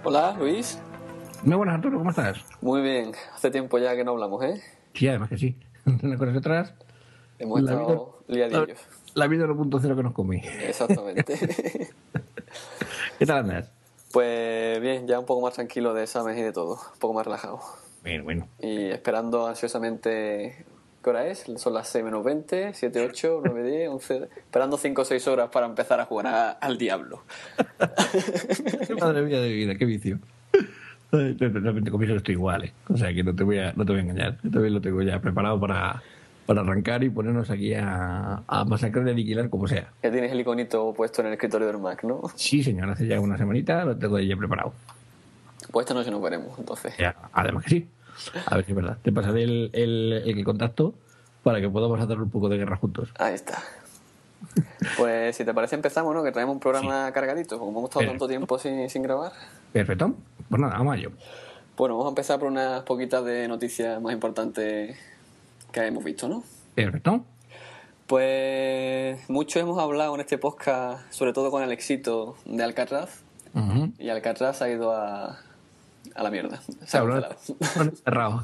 Hola, Luis. Muy buenas, Arturo, ¿cómo estás? Muy bien. Hace tiempo ya que no hablamos, ¿eh? Sí, además que sí. Unas cosas otras. Hemos La vida, estado liadillos. la vida 1.0 que nos comí. Exactamente. ¿Qué tal andas? Pues bien, ya un poco más tranquilo de exámenes y de todo. Un poco más relajado. Bueno. Y esperando ansiosamente... ¿Qué hora es? Son las 6 menos 20, 7, 8, 9, 10, 11... Esperando 5 o 6 horas para empezar a jugar al Diablo. Madre mía de mi vida, qué vicio. Ay, realmente con eso estoy igual, ¿eh? O sea que no te voy a engañar. Yo también lo tengo ya preparado para arrancar y ponernos aquí a masacrar y aniquilar como sea. Ya tienes el iconito puesto en el escritorio del Mac, ¿no? Sí, señor, hace ya una semanita lo tengo ya preparado. Pues esta noche nos veremos, entonces. Ya, además que sí. A ver si es verdad. Te pasaré el que contacto para que podamos hacer un poco de guerra juntos. Ahí está. Pues si te parece empezamos, ¿no? Que traemos un programa cargadito. Como hemos estado tanto tiempo sin grabar. Perfecto. Pues nada, vamos a ello. Bueno, vamos a empezar por unas poquitas de noticias más importantes que hemos visto, ¿no? Perfecto. Pues mucho hemos hablado en este podcast, sobre todo con el éxito de Alcatraz. Uh-huh. Y Alcatraz ha ido a la mierda. Se ha cancelado. Cerrado.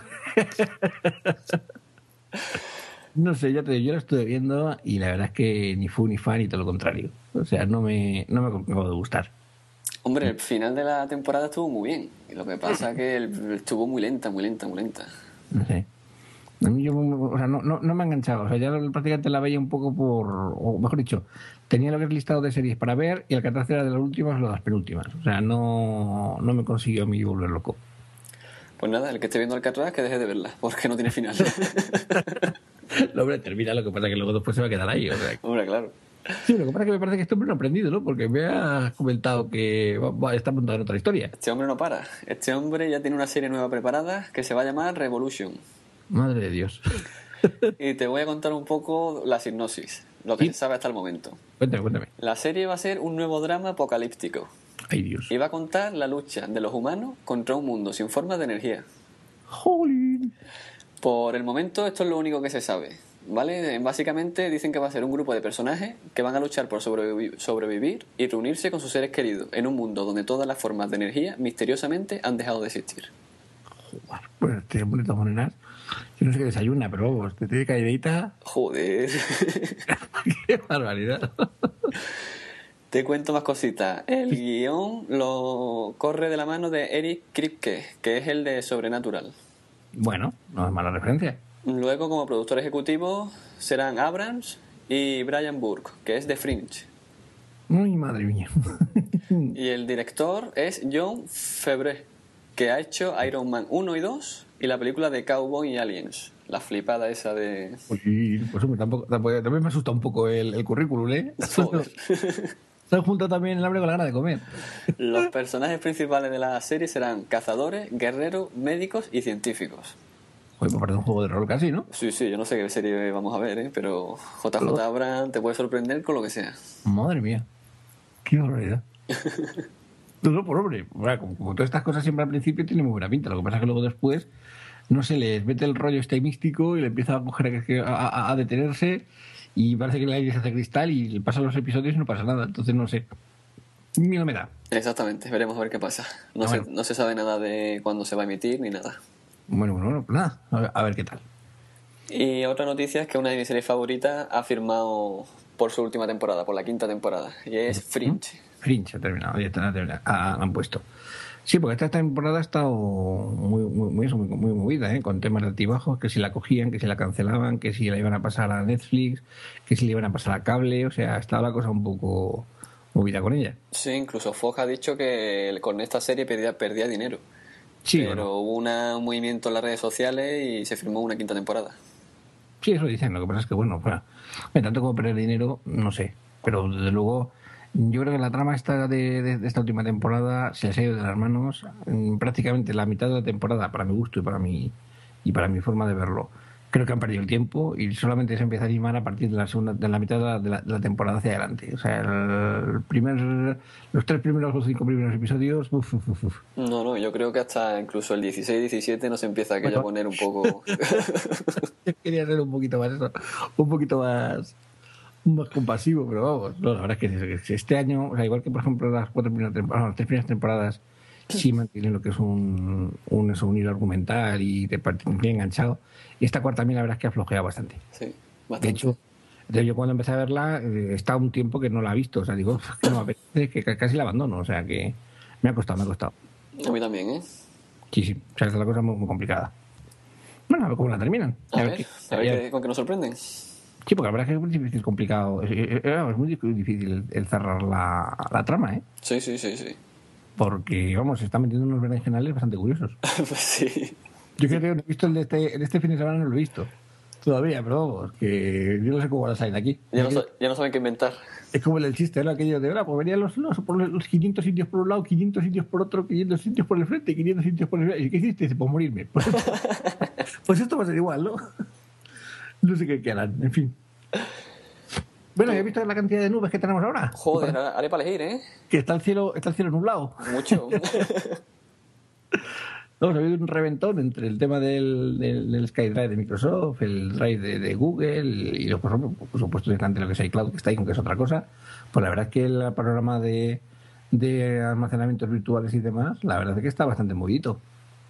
No sé, ya te digo, yo lo estuve viendo y la verdad es que ni fu ni fa ni todo lo contrario. O sea, no me acabó de gustar. Hombre, el final de la temporada estuvo muy bien. Y lo que pasa es que estuvo muy lenta. No sé. A mí no me ha enganchado. O sea, ya prácticamente la veía un poco o mejor dicho, tenía lo que es listado de series para ver y Alcatraz era de las últimas o de las penúltimas. O sea, no me consiguió a mí volver loco. Pues nada, el que esté viendo Alcatraz que deje de verla, porque no tiene final. No, hombre, termina, lo que pasa es que luego después se va a quedar ahí. O sea, Hombre, claro. sí, lo que pasa es que me parece que este hombre no ha aprendido, ¿no? Porque me ha comentado que está montado en otra historia. Este hombre no para. Este hombre ya tiene una serie nueva preparada que se va a llamar Revolution. Madre de Dios. Y te voy a contar un poco la sinopsis, lo que se sabe hasta el momento. Cuéntame. La serie va a ser un nuevo drama apocalíptico. Ay, Dios. Y va a contar la lucha de los humanos contra un mundo sin formas de energía. Jolín. Por el momento esto es lo único que se sabe, ¿vale? Básicamente dicen que va a ser un grupo de personajes que van a luchar por sobrevivir y reunirse con sus seres queridos en un mundo donde todas las formas de energía misteriosamente han dejado de existir. Joder, pues este hombre de todas maneras, yo no sé qué desayuna, pero vamos, te tiene caídita. Joder. Qué barbaridad. Te cuento más cositas. El guión lo corre de la mano de Eric Kripke, que es el de Sobrenatural. Bueno, no es mala referencia. Luego, como productor ejecutivo, serán Abrams y Brian Burke, que es de Fringe. Uy, madre mía. Y el director es Jon Favreau, que ha hecho Iron Man 1 y 2 y la película de Cowboy y Aliens. La flipada esa de... Pues hombre, también me asusta un poco el currículum, ¿eh? Joder. Se han juntado también el hambre con la gana de comer. Los personajes principales de la serie serán cazadores, guerreros, médicos y científicos. Oye, pues parece un juego de rol casi, ¿no? Sí, yo no sé qué serie vamos a ver, pero JJ Abrams te puede sorprender con lo que sea. Madre mía. Qué barbaridad. No, por hombre. Bueno, como todas estas cosas siempre al principio tienen muy buena pinta. Lo que pasa es que luego después, no sé, les mete el rollo este místico y le empieza a coger a detenerse y parece que el aire se hace cristal y pasan los episodios y no pasa nada. Entonces no sé. Miedo me da. Exactamente, veremos a ver qué pasa. No se sabe nada de cuándo se va a emitir ni nada. Bueno, pues nada. A ver qué tal. Y otra noticia es que una de mis series favoritas ha firmado por su última temporada, por la 5ª temporada, y es Fringe. Fringe ha terminado, ya está terminado. Han puesto. Sí, porque esta temporada ha estado muy movida, ¿eh? Con temas de altibajos, que si la cogían, que si la cancelaban, que si la iban a pasar a Netflix, que si la iban a pasar a cable, o sea, estaba la cosa un poco movida con ella. Sí, incluso Fox ha dicho que con esta serie perdía dinero. Sí, pero hubo un movimiento en las redes sociales y se firmó una 5ª temporada. Sí, eso dicen. Lo que pasa es que, bueno, tanto como perder dinero, no sé. Pero desde luego, yo creo que la trama esta de esta última temporada se les ha ido de las manos. Prácticamente la mitad de la temporada, para mi gusto y para mi forma de verlo, creo que han perdido el tiempo y solamente se empieza a animar a partir de la mitad de la temporada hacia adelante. O sea, los 3 primeros o 5 primeros episodios, No, yo creo que hasta incluso el 16-17 nos empieza aquello a poner un poco... Yo quería ser un poquito más eso, un poquito más compasivo, pero vamos, no, la verdad es que este año, o sea, igual que por ejemplo las 3 primeras temporadas sí mantiene lo que es un hilo argumental y te bien enganchado. Y esta cuarta a mí la verdad es que ha flojeado bastante. Sí, De bastante. hecho, yo cuando empecé a verla, está un tiempo que no la he visto. O sea, digo, que no me apetece, que casi la abandono. O sea, que me ha costado, me ha costado. A mí también, ¿eh? Sí, sí. O sea, es la cosa muy, muy complicada. Bueno, a ver cómo la terminan. A ver, con qué nos sorprenden. Sí, porque la verdad es que es muy difícil, complicado. Es muy difícil el cerrar la trama, ¿eh? Sí, sí, sí, sí. Porque, vamos, se están metiendo unos berenjenales bastante curiosos. Pues sí. Yo creo que no he visto el de este fin de semana, no lo he visto todavía, pero vamos, que yo no sé cómo van a salir de aquí. Ya no saben qué inventar. Es como el del chiste, ¿no? Aquello de, ahora, pues venían los 500 sitios por un lado, 500 sitios por otro, 500 sitios por el frente, 500 sitios por el frente. ¿Y qué hiciste? Dice, pues morirme. Pues esto va a ser igual, ¿no? No sé qué harán, en fin. Bueno, ¿ya has visto la cantidad de nubes que tenemos ahora? Joder, haré para elegir, ¿eh? Que está el cielo nublado. Mucho. No, ha habido un reventón entre el tema del SkyDrive de Microsoft, el Drive de Google y por supuesto delante lo que es iCloud, que está ahí, aunque es otra cosa. Pues la verdad es que el panorama de almacenamientos virtuales y demás, la verdad es que está bastante movidito.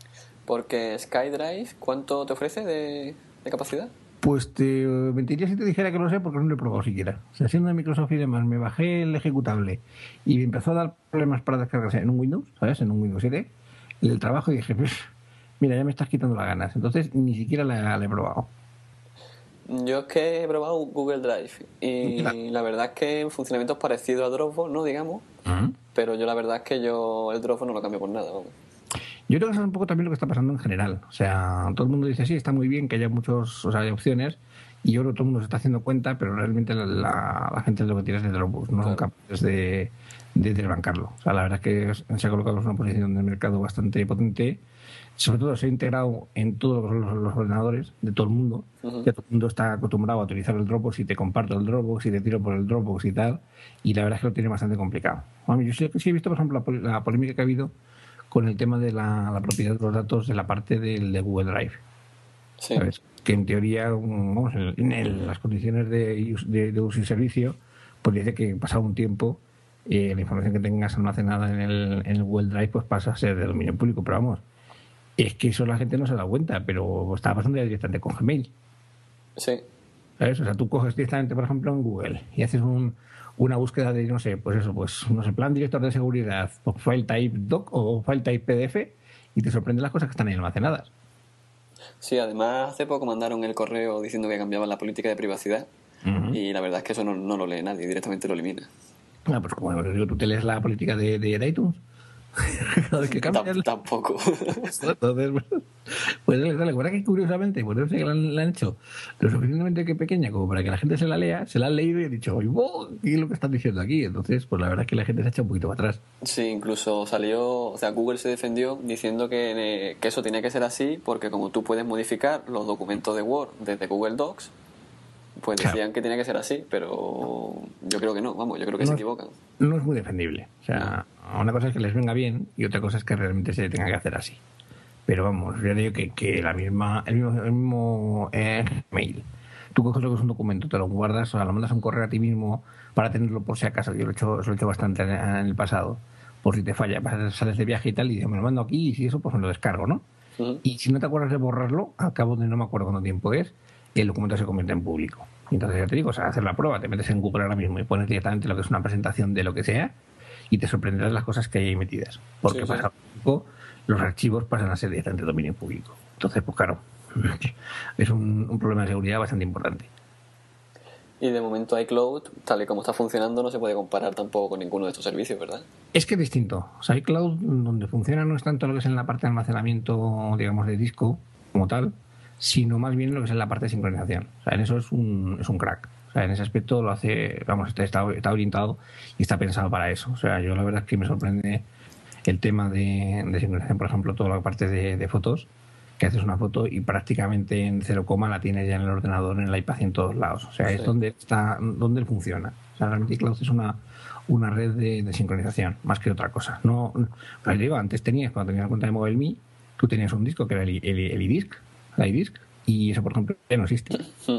Porque SkyDrive, ¿cuánto te ofrece de capacidad? Pues te mentiría si te dijera que no sé porque no lo he probado siquiera. O sea, siendo de Microsoft y demás, me bajé el ejecutable y me empezó a dar problemas para descargarse en un Windows, ¿sabes? En un Windows 7, el trabajo, y dije, pues, mira, ya me estás quitando las ganas. Entonces ni siquiera la he probado. Yo es que he probado Google Drive y la verdad es que el funcionamiento es parecido a Dropbox, ¿no? Digamos. Pero yo la verdad es que el Dropbox no lo cambio por nada, vamos. Yo creo que eso es un poco también lo que está pasando en general. O sea, todo el mundo dice, sí, está muy bien que haya hay opciones, y yo creo que todo el mundo se está haciendo cuenta, pero realmente la gente lo que tiene es de Dropbox, no son capaces de desbancarlo. O sea, la verdad es que se ha colocado en una posición de mercado bastante potente. Sobre todo se ha integrado en todos los ordenadores de todo el mundo. Ya todo el mundo está acostumbrado a utilizar el Dropbox y te comparto el Dropbox y te tiro por el Dropbox y tal. Y la verdad es que lo tiene bastante complicado. Bueno, yo sí he visto, por ejemplo, la polémica que ha habido con el tema de la propiedad de los datos de la parte de Google Drive. Sí. ¿Sabes? Que en teoría, vamos, en las condiciones de uso y servicio, pues dice que pasado un tiempo, la información que tengas almacenada en el Google Drive pues pasa a ser de dominio público. Pero vamos, es que eso la gente no se da cuenta, pero está pasando directamente con Gmail. Sí. ¿Sabes? O sea, tú coges directamente, por ejemplo, en Google y haces una búsqueda de, no sé, plan director de seguridad, o file type doc o file type PDF, y te sorprenden las cosas que están ahí almacenadas. Sí, además hace poco mandaron el correo diciendo que cambiaban la política de privacidad y la verdad es que eso no lo lee nadie, directamente lo elimina. Ah, pues como digo, tú te lees la política de iTunes. Cada vez que cambias. Tampoco. Entonces, pues la verdad que curiosamente, pues no sé que la han hecho lo suficientemente pequeña como para que la gente se la lea, se la han leído y ha dicho, oye, ¿qué es lo que están diciendo aquí? Entonces, pues la verdad es que la gente se ha echado un poquito para atrás. Sí, incluso Google se defendió diciendo que eso tenía que ser así porque como tú puedes modificar los documentos de Word desde Google Docs, pues decían que tenía que ser así, pero yo creo que no, vamos, yo creo que se equivocan. No es muy defendible. O sea, una cosa es que les venga bien y otra cosa es que realmente se tenga que hacer así. Pero vamos, yo digo que el mismo mail. Tú coges lo que es un documento, te lo guardas, o sea, lo mandas a un correo a ti mismo para tenerlo por si acaso. Yo lo he hecho bastante en el pasado. Por si te falla, sales de viaje y tal, y me lo mando aquí y si eso, pues me lo descargo, ¿no? Y si no te acuerdas de borrarlo, al cabo de no me acuerdo cuánto tiempo es, el documento se convierte en público. Y entonces ya te digo, o sea, hacer la prueba, te metes en Google ahora mismo y pones directamente lo que es una presentación de lo que sea y te sorprenderás las cosas que hay ahí metidas. Porque pasado tiempo, los archivos pasan a ser directamente dominio público. Entonces, pues claro, es un problema de seguridad bastante importante. Y de momento iCloud, tal y como está funcionando, no se puede comparar tampoco con ninguno de estos servicios, ¿verdad? Es que es distinto. O sea, iCloud, donde funciona no es tanto lo que es en la parte de almacenamiento, digamos, de disco como tal, sino más bien lo que es en la parte de sincronización. O sea, en eso es un crack. O sea, en ese aspecto lo hace, vamos, está orientado y está pensado para eso. O sea, yo la verdad es que me sorprende el tema de sincronización, por ejemplo, toda la parte de fotos, que haces una foto y prácticamente en 0, la tienes ya en el ordenador, en el iPad y en todos lados. O sea, es donde funciona. O sea, realmente iCloud es una red de sincronización, más que otra cosa. No, pues digo, antes cuando tenías la cuenta de MobileMe, tú tenías un disco que era el iDisk, y eso, por ejemplo, ya no existe.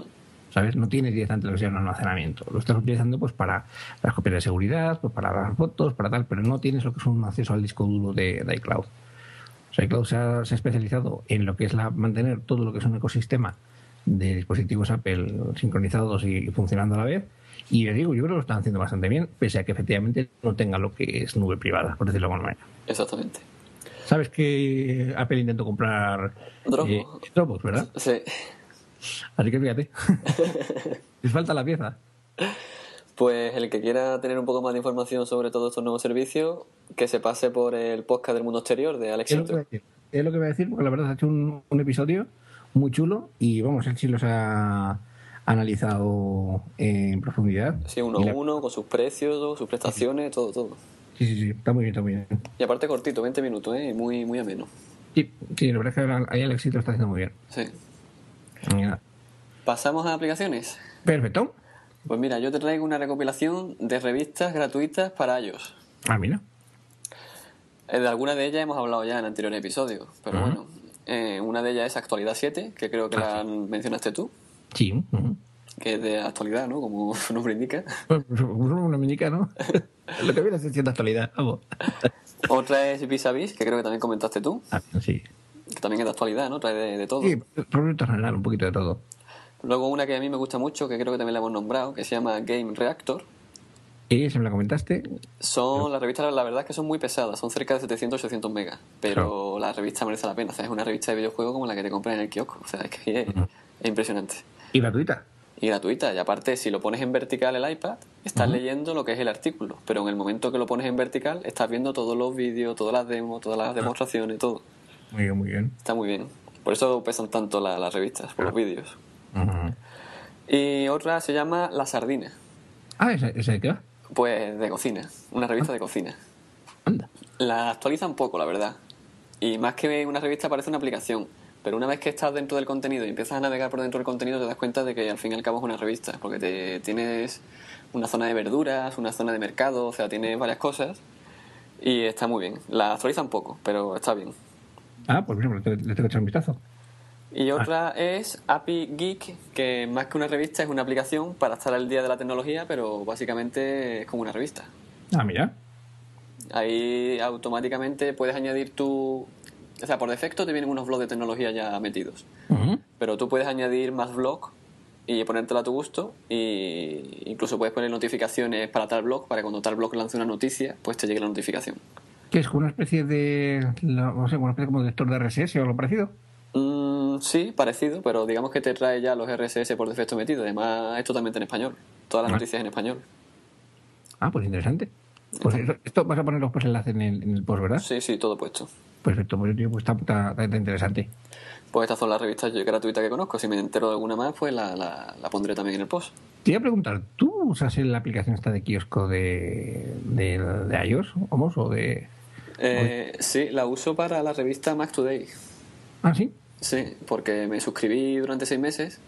¿sabes? No tienes directamente lo que sea un almacenamiento. Lo estás utilizando pues para las copias de seguridad, pues para las fotos, para tal, pero no tienes lo que es un acceso al disco duro de iCloud. O sea, iCloud se ha especializado en lo que es mantener todo lo que es un ecosistema de dispositivos Apple sincronizados y funcionando a la vez. Y les digo, yo creo que lo están haciendo bastante bien, pese a que efectivamente no tenga lo que es nube privada, por decirlo de alguna manera. Exactamente. ¿Sabes que Apple intentó comprar Dropbox, verdad? Sí. Así que fíjate, les falta la pieza. Pues el que quiera tener un poco más de información sobre todos estos nuevos servicios, que se pase por el podcast del mundo exterior de Alex Intro. Es lo que voy a decir, porque la verdad ha hecho un episodio muy chulo y vamos, él sí los ha analizado en profundidad. Sí, uno a uno, con sus precios, sus prestaciones, todo. Sí, está muy bien. Y aparte cortito, 20 minutos, muy, muy ameno. Sí, la verdad es que ahí Alex lo está haciendo muy bien. Sí. Mira. ¿Pasamos a aplicaciones? Perfecto. Pues mira, yo te traigo una recopilación de revistas gratuitas para iOS. Ah, mira. De algunas de ellas hemos hablado ya en anteriores episodios, pero bueno, una de ellas es Actualidad 7, que creo que la mencionaste tú. Sí. Que es de actualidad, ¿no? Como su nombre indica. Una minica, ¿no? Lo que viene a ser cierta actualidad, vamos. Otra es Vis a Vis, que creo que también comentaste tú. Ah, sí. Que también es de actualidad, ¿no? Trae de todo. Sí, producto general, un poquito de todo. Luego una que a mí me gusta mucho, que creo que también la hemos nombrado, que se llama Game Reactor. ¿Y si me la comentaste? Las revistas, la verdad es que son muy pesadas, son cerca de 700-800 megas, pero la revista merece la pena. O sea, es una revista de videojuegos como la que te compras en el kiosco. O sea, es que es impresionante. ¿Y gratuita? Y gratuita. Y aparte, si lo pones en vertical el iPad, estás leyendo lo que es el artículo. Pero en el momento que lo pones en vertical, estás viendo todos los vídeos, todas las demos, todas las demostraciones, todo. Muy bien. Está muy bien. Por eso pesan tanto las revistas, por los vídeos. Y otra se llama La Sardina. Ah, ¿esa de qué va? Pues de cocina. Una revista de cocina. Anda. La actualiza un poco, la verdad. Y más que una revista parece una aplicación. Pero una vez que estás dentro del contenido y empiezas a navegar por dentro del contenido, te das cuenta de que al fin y al cabo es una revista. Porque tienes una zona de verduras, una zona de mercado, o sea, tienes varias cosas. Y está muy bien. La actualiza un poco, pero está bien. Ah, pues mira, le tengo que echar un vistazo. Y otra es API Geek, que más que una revista es una aplicación para estar al día de la tecnología, pero básicamente es como una revista. Ah, mira. Ahí automáticamente puedes añadir o sea, por defecto te vienen unos blogs de tecnología ya metidos. Pero tú puedes añadir más blogs y ponértelo a tu gusto, y incluso puedes poner notificaciones para tal blog, para cuando tal blog lance una noticia, pues te llegue la notificación. ¿Qué es? ¿Una especie de, no sé, una especie como de lector de RSS o algo parecido? Sí, parecido, pero digamos que te trae ya los RSS por defecto metidos. Además, es totalmente en español. Todas las noticias en español. Ah, pues interesante. Pues esto vas a poner los enlaces en el post, ¿verdad? Sí, todo puesto. Perfecto, pues está interesante. Pues estas son las revistas gratuitas que conozco. Si me entero de alguna más, pues la pondré también en el post. Te iba a preguntar, ¿tú usas la aplicación esta de kiosco de iOS, vamos, o de...? Sí, la uso para la revista Mac Today. ¿Ah, sí? Sí, porque me suscribí durante 6 meses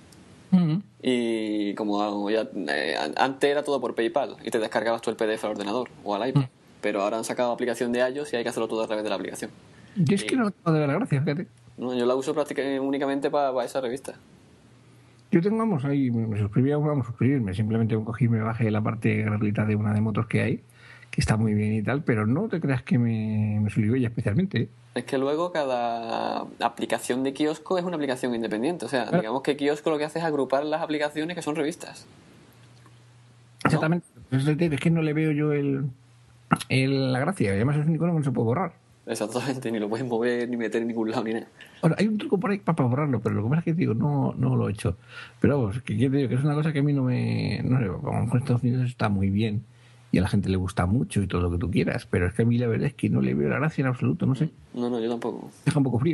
y como ya antes era todo por PayPal y te descargabas tú el PDF al ordenador o al iPad, pero ahora han sacado aplicación de iOS y hay que hacerlo todo a través de la aplicación. Yo es que no tengo de ver la gracia, fíjate. No, yo la uso prácticamente únicamente para esa revista. Yo tengo, vamos, ahí me suscribí, vamos a suscribirme, simplemente cogí y me bajé la parte gratuita de una de motos que hay, que está muy bien y tal, pero no te creas que me subió ella especialmente. Es que luego cada aplicación de kiosco es una aplicación independiente. O sea, digamos que kiosco lo que hace es agrupar las aplicaciones que son revistas. ¿No? Exactamente. Es que no le veo yo la gracia. Además es un icono que no se puede borrar. Exactamente, ni lo puedes mover, ni meter en ningún lado, ni nada. Ahora, hay un truco por ahí para borrarlo, pero lo que pasa es que digo, no lo he hecho. Pero vamos, que quiero decir que es una cosa que a mí no sé, vamos, con Estados Unidos está muy bien y a la gente le gusta mucho y todo lo que tú quieras, pero es que a mí la verdad es que no le veo la gracia en absoluto, no sé. No, yo tampoco. Deja un poco frío.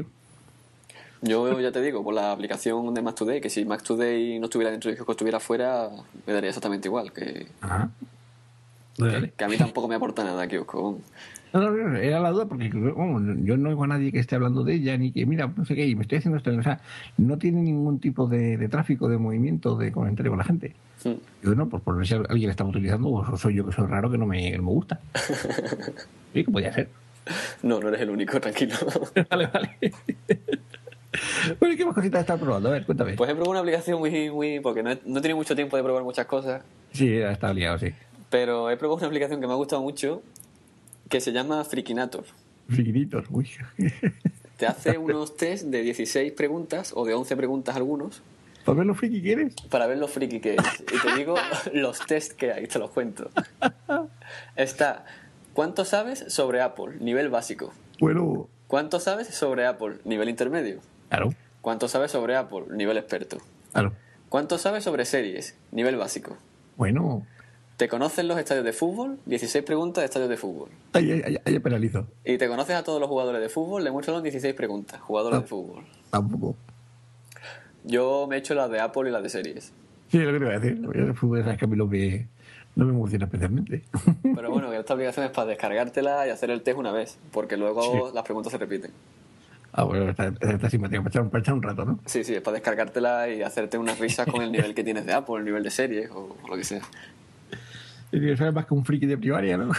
Yo ya te digo, por la aplicación de Mac Today, que si Mac Today no estuviera dentro de kiosco, estuviera fuera, me daría exactamente igual. Ajá. Que a mí tampoco me aporta nada kiosco. No, era la duda porque yo no oigo a nadie que esté hablando de ella, ni que mira, no sé qué, y me estoy haciendo esto. O sea, no tiene ningún tipo de tráfico, de movimiento, de comentario con la gente. Yo no, pues por ver si alguien la estaba utilizando, o soy yo que soy raro que no me gusta. Sí, que podía ser. No eres el único, tranquilo. Vale. Bueno, ¿y qué más cositas estás probando? A ver, cuéntame. Pues he probado una aplicación porque no he tenido mucho tiempo de probar muchas cosas, Sí, está liado, sí. pero he probado una aplicación que me ha gustado mucho, que se llama Frikinator. Friquinitos, uy. Te hace unos test de 16 preguntas, o de 11 preguntas algunos, ¿Para ver lo friki quieres? para ver lo friki que es. Y te digo los test que hay, te los cuento. Está, ¿cuánto sabes sobre Apple? Nivel básico. Bueno, ¿Cuánto sabes sobre Apple? Nivel intermedio. claro, ¿Cuánto sabes sobre Apple? Nivel experto. claro. ¿Cuánto sabes sobre series? Nivel básico. Bueno, ¿Te conocen los estadios de fútbol? 16 preguntas de estadios de fútbol. ahí penalizo. ¿Y te conoces a todos los jugadores de fútbol? Le muestran 16 preguntas, jugadores de fútbol. Tampoco. Yo me he hecho las de Apple y las de series. Sí, lo que te voy a decir. El fútbol es que a mí no me emociona especialmente. Pero bueno, que esta aplicación es para descargártela y hacer el test una vez, porque luego Sí. las preguntas se repiten. Ah, bueno, está simpático, para echar un rato, ¿no? Sí, es para descargártela y hacerte unas risas con el nivel que tienes de Apple, el nivel de series o lo que sea. Y que sabes más que un friki de primaria, ¿no?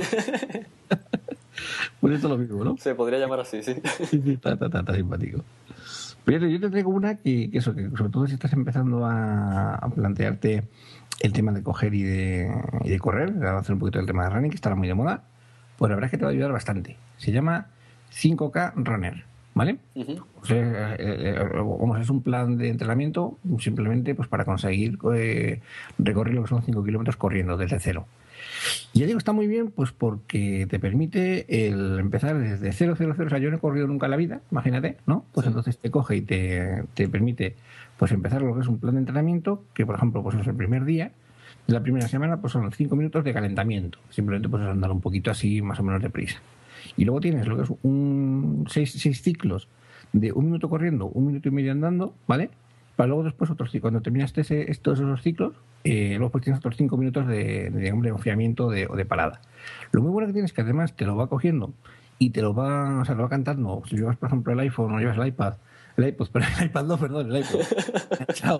Pues esto es lo mismo, ¿no? Se podría llamar así, sí. Sí, sí, está simpático. Pero yo te traigo una que sobre todo si estás empezando a plantearte el tema de coger y de correr, a hacer un poquito el tema de running, que está muy de moda, pues la verdad es que te va a ayudar bastante. Se llama 5K Runner, ¿vale? Ujú. O sea, vamos, es un plan de entrenamiento simplemente pues para conseguir recorrer lo que son 5 kilómetros corriendo desde cero. Y ya digo, está muy bien, pues porque te permite el empezar desde 000, o sea, yo no he corrido nunca en la vida, imagínate, ¿no? Pues Sí. entonces te coge y te permite pues empezar lo que es un plan de entrenamiento, que por ejemplo, pues es el primer día, de la primera semana, pues son 5 minutos de calentamiento, simplemente pues es andar un poquito así, más o menos deprisa. Y luego tienes lo que es seis ciclos de 1 minuto corriendo, 1 minuto y medio andando, ¿vale? Para luego después cuando terminaste todos esos ciclos, luego pues tienes otros 5 minutos de enfriamiento o de parada. Lo muy bueno que tienes es que además te lo va cogiendo y o sea, lo va cantando. Si llevas, por ejemplo, el iPhone o llevas el iPod, pero el iPad no, perdón, el iPod. Chao,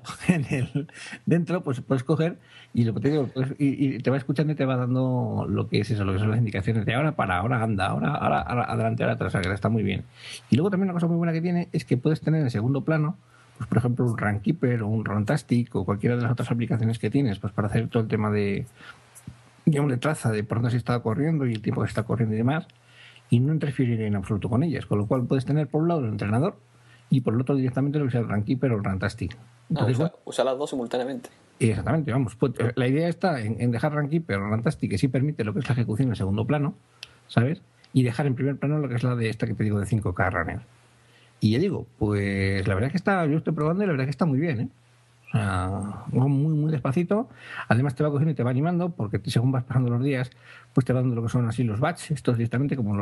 dentro, pues puedes coger y lo que te digo, y te va escuchando y te va dando lo que es eso, lo que son las indicaciones de ahora anda, ahora adelante, ahora atrás, o sea, que está muy bien. Y luego también una cosa muy buena que tiene es que puedes tener en segundo plano pues por ejemplo un Runkeeper o un Runtastic o cualquiera de las otras aplicaciones que tienes pues para hacer todo el tema de digamos de traza de por dónde se está corriendo y el tiempo que se está corriendo y demás y no interferir en absoluto con ellas, con lo cual puedes tener por un lado el entrenador y por el otro directamente lo que sea el Runkeeper o el Runtastic. Entonces, Usa las dos simultáneamente. exactamente, vamos, pues, la idea está en dejar Runkeeper o Runtastic que sí permite lo que es la ejecución en segundo plano, ¿sabes? Y dejar en primer plano lo que es la de esta que te digo de 5K Runner. Y ya digo, pues la verdad es que yo estoy probando y la verdad es que está muy bien, ¿eh? O sea, va muy, muy despacito. Además te va cogiendo y te va animando, porque según vas pasando los días, pues te va dando lo que son así los badges, estos directamente como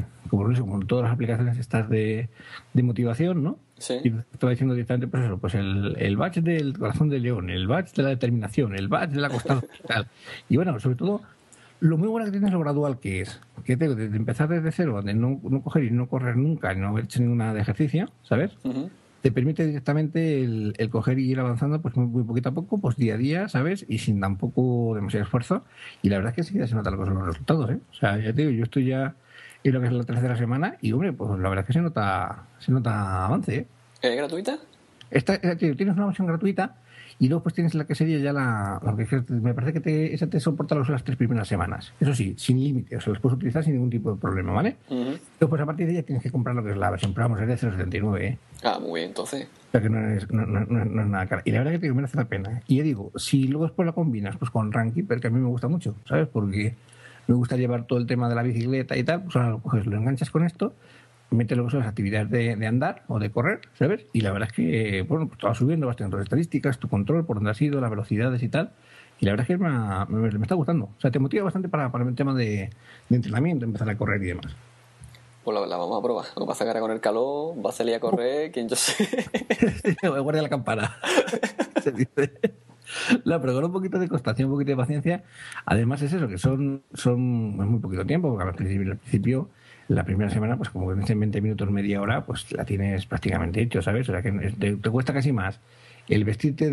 como todas las aplicaciones estas de motivación, ¿no? Sí. Y te va diciendo directamente, pues eso, pues el badge del corazón de león, el badge de la determinación, el badge de la constancia y tal. Y bueno, sobre todo, lo muy bueno que tiene es lo gradual que es. Que tengo de empezar desde cero, de no coger y no correr nunca, y no haber hecho ninguna de ejercicio, ¿sabes? Ujú. Te permite directamente el coger y ir avanzando pues muy poquito a poco, pues día a día, ¿sabes? Y sin tampoco demasiado esfuerzo. Y la verdad es que enseguida se nota lo que son los resultados, ¿eh? O sea, ya te digo, yo estoy ya en lo que es la tercera semana y, hombre, pues la verdad es que se nota avance, ¿eh? ¿Es gratuita? Tienes una versión gratuita y luego pues tienes la que sería ya me parece que esa te soporta las 3 primeras semanas. Eso sí, sin límite, o sea, las puedes utilizar sin ningún tipo de problema, ¿vale? Ujú. Luego pues a partir de ella tienes que comprar lo que es la versión, pero vamos, es de 0,79, ¿eh? Ah, muy bien, entonces. O sea que no es nada cara. Y la verdad que te digo, merece la pena. Y ya digo, si luego después la combinas pues con Runkeeper, que a mí me gusta mucho, ¿sabes? Porque me gusta llevar todo el tema de la bicicleta y tal, pues ahora lo coges, lo enganchas con esto, metes lo que son las actividades de andar o de correr, ¿sabes? Y la verdad es que, bueno, pues te vas subiendo, vas teniendo las estadísticas, tu control, por dónde has ido, las velocidades y tal. Y la verdad es que me está gustando. O sea, te motiva bastante para el tema de entrenamiento, empezar a correr y demás. Pues la vamos a probar. Lo que pasa es que ahora con el calor va a salir a correr, quién yo sé. Guardia la campana. Se dice. No, pero con un poquito de constancia, un poquito de paciencia. Además es eso, que son es muy poquito tiempo, porque al principio, la primera semana, pues como en 20 minutos, media hora, pues la tienes prácticamente hecho, ¿sabes? O sea que te cuesta casi más el vestirte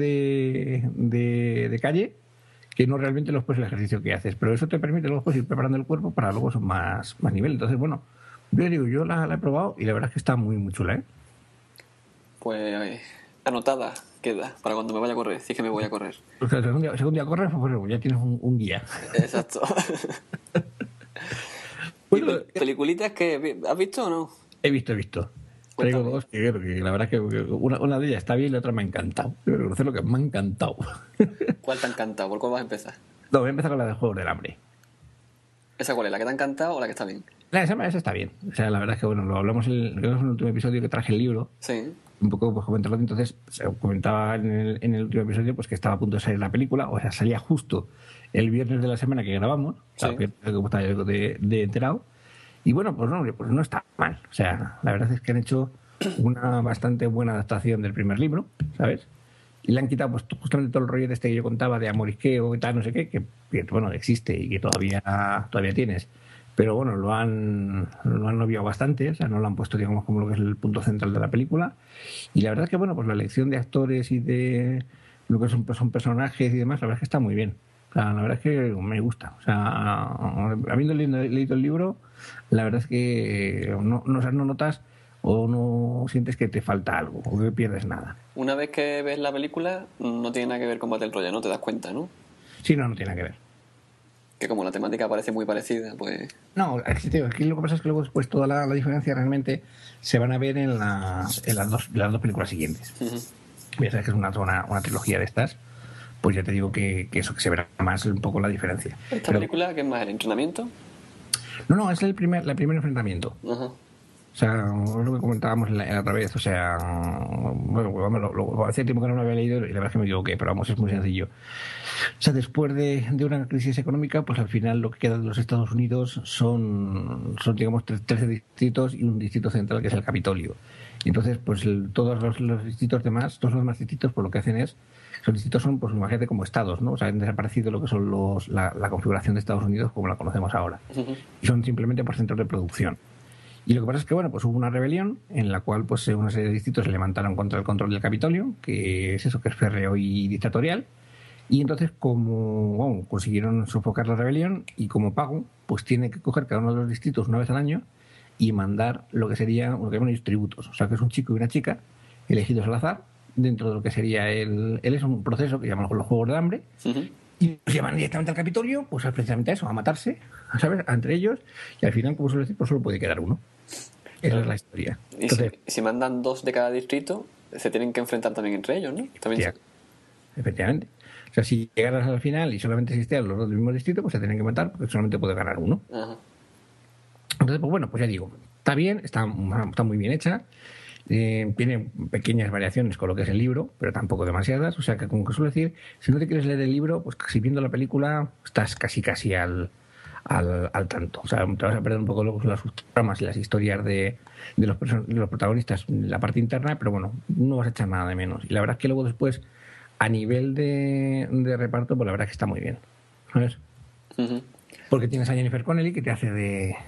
de calle que no realmente los pues el ejercicio que haces. Pero eso te permite luego pues, ir preparando el cuerpo para luego son más nivel. Entonces, bueno, yo digo, yo la he probado y la verdad es que está muy, muy chula, ¿eh? Pues anotada queda para cuando me vaya a correr, si es que me voy a correr. O sea, según día corres, pues ya tienes un guía. Exacto. Bueno, ¿Y peliculitas que has visto o no? He visto. Traigo dos que creo que la verdad es que una de ellas está bien y la otra me ha encantado. Debo reconocer lo que me ha encantado. ¿Cuál te ha encantado? ¿Por cuál vas a empezar? No, voy a empezar con la de Juegos del Hambre. ¿Esa cuál es? ¿La que te ha encantado o la que está bien? Esa está bien. O sea, la verdad es que, bueno, lo hablamos creo que es en el último episodio que traje el libro. Sí. Un poco, pues, comentarlo. Entonces, comentaba en el último episodio pues que estaba a punto de salir la película. O sea, salía justo el viernes de la semana que grabamos. Sí. O sea, que estaba yo de enterado. Y bueno, pues no está mal. O sea, la verdad es que han hecho una bastante buena adaptación del primer libro, ¿sabes? Y le han quitado pues justamente todo el rollo este que yo contaba de amorisqueo y tal, no sé qué, que bueno, existe y que todavía tienes. Pero bueno, lo han obviado bastante, o sea, no lo han puesto, digamos, como lo que es el punto central de la película. Y la verdad es que, bueno, pues la elección de actores y de lo que son personajes y demás, la verdad es que está muy bien. O sea, la verdad es que me gusta. O sea, habiendo leído el libro, la verdad es que no notas o no sientes que te falta algo o que pierdes nada. Una vez que ves la película, no tiene nada que ver con Battle Royale, ¿no? Te das cuenta, ¿no? Sí, no tiene nada que ver. Que como la temática parece muy parecida, pues... No, aquí lo que pasa es que luego después toda la diferencia realmente se van a ver en las dos películas siguientes. Uh-huh. Ya sabes que es una trilogía de estas, pues ya te digo que eso, que se verá más un poco la diferencia. ¿Esta película qué es más, el entrenamiento? No, es el primer enfrentamiento. Uh-huh. O sea, lo que comentábamos la otra vez, o sea, bueno, hace tiempo que no lo había leído y la verdad es que me equivoqué, pero vamos, es muy sencillo. O sea, después de una crisis económica, pues al final lo que queda de los Estados Unidos son digamos, 13 distritos y un distrito central que es el Capitolio. Y entonces, pues todos los distritos demás, todos los demás distritos, pues lo que hacen es, los distritos son, pues imagínate, como estados, ¿no? O sea, han desaparecido lo que son la configuración de Estados Unidos como la conocemos ahora. Uh-huh. Y son simplemente por centros de producción. Y lo que pasa es que, bueno, pues hubo una rebelión en la cual pues una serie de distritos se levantaron contra el control del Capitolio, que es eso, que es férreo y dictatorial. Y entonces, como consiguieron sofocar la rebelión y como pago, pues tiene que coger cada uno de los distritos una vez al año y mandar lo que sería, lo que llaman ellos tributos. O sea, que es un chico y una chica elegidos al azar dentro de lo que sería él es un proceso que llaman los Juegos de Hambre. Uh-huh. Y los llevan directamente al Capitolio, pues precisamente a eso, a matarse, ¿sabes? Entre ellos, y al final, como suele decir, pues solo puede quedar uno. Esa es la historia. Y entonces, si mandan 2 de cada distrito, se tienen que enfrentar también entre ellos, ¿no? También efectivamente. O sea, si llegaras al final y solamente existían los 2 del mismo distrito, pues se tienen que matar porque solamente puede ganar uno. Ajá. Entonces, pues bueno, pues ya digo, está bien, está muy bien hecha. Tiene pequeñas variaciones con lo que es el libro, pero tampoco demasiadas. O sea, que como que suelo decir, si no te quieres leer el libro, pues casi viendo la película estás casi al tanto. O sea, te vas a perder un poco las tramas y las historias de los protagonistas, la parte interna, pero bueno, no vas a echar nada de menos. Y la verdad es que luego después, a nivel de reparto, pues la verdad es que está muy bien, ¿sabes? Uh-huh. Porque tienes a Jennifer Connelly, que te hace de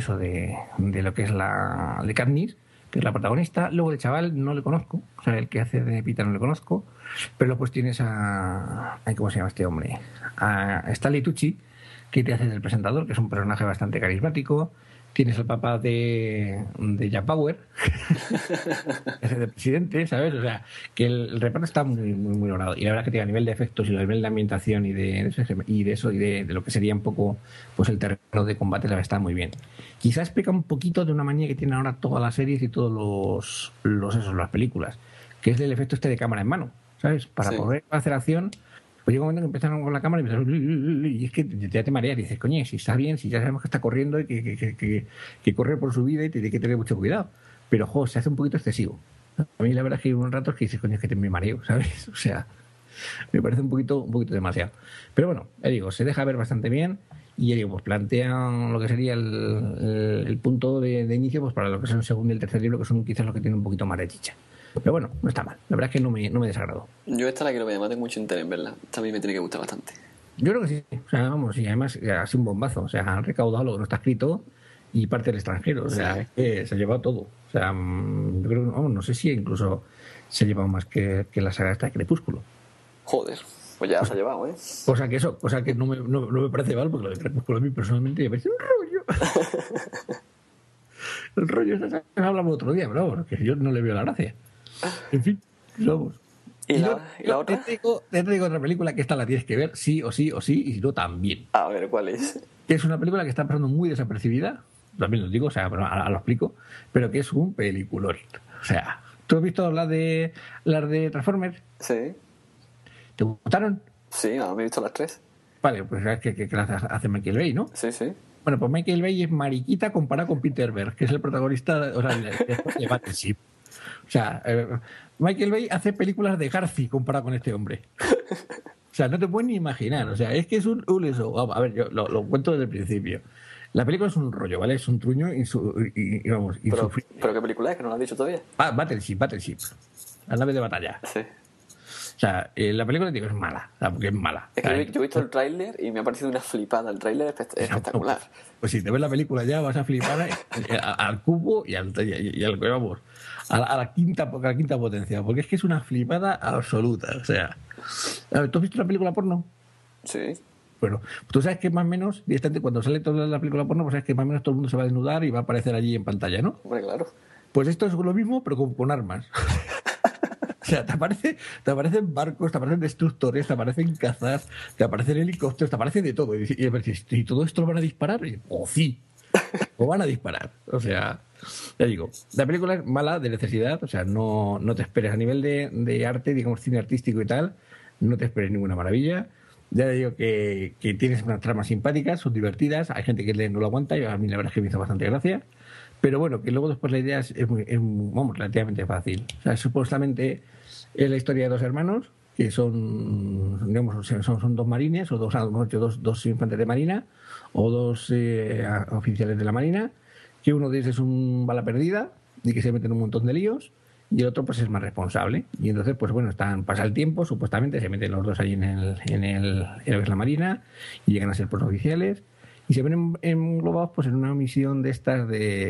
lo que es de Katniss, que es la protagonista. Luego de chaval no le conozco, o sea, el que hace de Pita no le conozco, pero luego pues tienes ¿cómo se llama este hombre? A Stanley Tucci, que te hace del presentador, que es un personaje bastante carismático. Tienes al papá de Jack Bauer, que es el presidente, ¿sabes? O sea, que el reparto está muy, muy, muy logrado. Y la verdad que a nivel de efectos y a nivel de ambientación y de lo que sería un poco pues el terreno de combate, la verdad está muy bien. Quizás peca un poquito de una manía que tienen ahora todas las series y todas las películas, que es el efecto este de cámara en mano, ¿sabes? Para poder hacer acción. Pues llega un momento que empezaron con la cámara y es que ya te mareas y dices, coño, si está bien, si ya sabemos que está corriendo y que corre por su vida y tiene que tener mucho cuidado. Pero, se hace un poquito excesivo. A mí la verdad es que hay un rato que dices, coño, es que me mareo, ¿sabes? O sea, me parece un poquito demasiado. Pero bueno, digo, se deja ver bastante bien y ya digo, pues plantean lo que sería el punto de inicio pues para lo que son el segundo y el tercer libro, que son quizás los que tienen un poquito más de chicha. Pero bueno, no está mal. La verdad es que no me desagradó. Yo esta la quiero ver, además tengo mucho interés en verla. También me tiene que gustar bastante. Yo creo que sí. O sea, vamos, y además ha sido un bombazo. O sea, han recaudado lo que no está escrito y parte del extranjero. O sea, es que se ha llevado todo. O sea, yo creo que, no sé si incluso se ha llevado más que la saga esta de Crepúsculo. Joder, pues ya se ha llevado, ¿eh? Cosa que no me parece mal, porque lo de Crepúsculo a mí personalmente me parece un rollo. El rollo ese hablamos otro día, pero porque yo no le veo la gracia. En fin, vamos. ¿Y Yo, la otra? te digo otra película que esta la tienes que ver, sí o sí o sí, y si no también. A ver, ¿cuál es? Que es una película que está pasando muy desapercibida, también lo digo, o sea, pero ahora lo explico, pero que es un peliculón. O sea, ¿tú has visto las de Transformers? Sí. ¿Te gustaron? Sí, no, me he visto las tres. Vale, pues sabes que las hace Michael Bay, ¿no? Sí, sí. Bueno, pues Michael Bay es mariquita comparado con Peter Berg, que es el protagonista, o sea, de Battleship. O sea, Michael Bay hace películas de Garci comparado con este hombre. O sea, no te puedes ni imaginar. O sea, es que es un eso. Vamos, a ver, yo lo cuento desde el principio. La película es un rollo, ¿vale? Es un truño vamos, insufrible. ¿Pero qué película es? Que no la has dicho todavía. Battleship. La nave de batalla. Sí. O sea, la película, digo, es mala. O sea, porque es mala. Es O sea, que yo he visto el tráiler y me ha parecido una flipada. El tráiler es espectacular. Pues si te ves la película ya vas a flipar al cubo y al vamos, a la quinta potencia, porque es que es una flipada absoluta. O sea, a ver, ¿tú has visto una película porno? Sí. Bueno, tú sabes que más o menos, directamente cuando sale toda la película porno, pues sabes que más o menos todo el mundo se va a desnudar y va a aparecer allí en pantalla, ¿no? Hombre, claro. Pues esto es lo mismo, pero con armas. O sea, te aparecen barcos, te aparecen destructores, te aparecen cazas, te aparecen helicópteros, te aparece de todo. Y todo esto lo van a disparar. O sí, o van a disparar. O sea, ya digo, la película es mala de necesidad, o sea, no te esperes a nivel de arte, digamos, cine artístico y tal, no te esperes ninguna maravilla. Ya te digo que tienes unas tramas simpáticas, son divertidas, hay gente que no lo aguanta, y a mí la verdad es que me hizo bastante gracia. Pero bueno, que luego después la idea vamos, relativamente fácil. O sea, supuestamente es la historia de dos hermanos que son, digamos, son dos marines o dos infantes de marina o dos oficiales de la marina, que uno de ellos es un bala perdida y que se mete en un montón de líos y el otro pues es más responsable. Y entonces, pues bueno, pasa el tiempo, supuestamente se meten los dos ahí en lo que es la marina y llegan a ser pues oficiales y se ven englobados pues en una misión de estas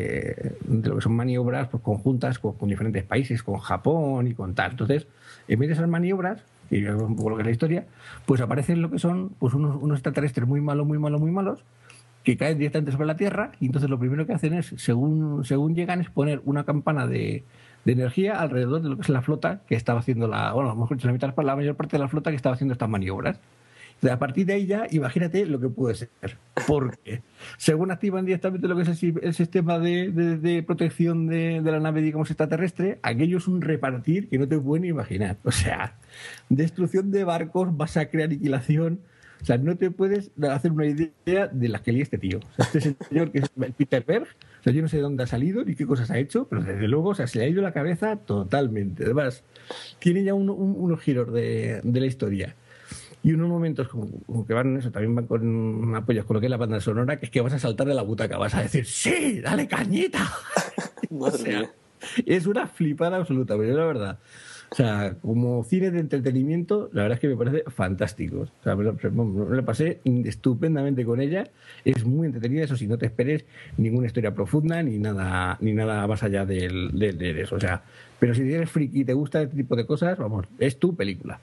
de lo que son maniobras pues conjuntas con diferentes países, con Japón y con tal. Entonces, en vez de esas maniobras, y es un poco lo que es la historia, pues aparecen lo que son pues unos extraterrestres muy malos, muy malos, muy malos, que caen directamente sobre la Tierra y entonces lo primero que hacen es, según llegan, es poner una campana de energía alrededor de lo que es la flota que estaba haciendo bueno, a lo mejor la mayor parte de la flota que estaba haciendo estas maniobras. A partir de ahí ya, imagínate lo que puede ser. Porque según activan directamente lo que es el sistema de protección de la nave, digamos, extraterrestre, aquello es un repartir que no te pueden imaginar. O sea, destrucción de barcos, masacre, aniquilación. O sea, no te puedes hacer una idea de la que lía este tío. O sea, este señor que es Peter Berg, o sea, yo no sé de dónde ha salido ni qué cosas ha hecho, pero desde luego, o sea, se le ha ido la cabeza totalmente. Además, tiene ya unos giros de la historia y unos momentos como que van eso, también van con apoyos con lo que es la banda sonora, que es que vas a saltar de la butaca, vas a decir ¡sí! ¡Dale cañita! O sea, es una flipada absoluta, pero la verdad, o sea, como cine de entretenimiento, la verdad es que me parece fantástico. O sea, me lo pasé estupendamente con ella. Es muy entretenida, eso sí, no te esperes ninguna historia profunda ni nada más allá de eso. O sea, pero si eres friki y te gusta este tipo de cosas, vamos, es tu película.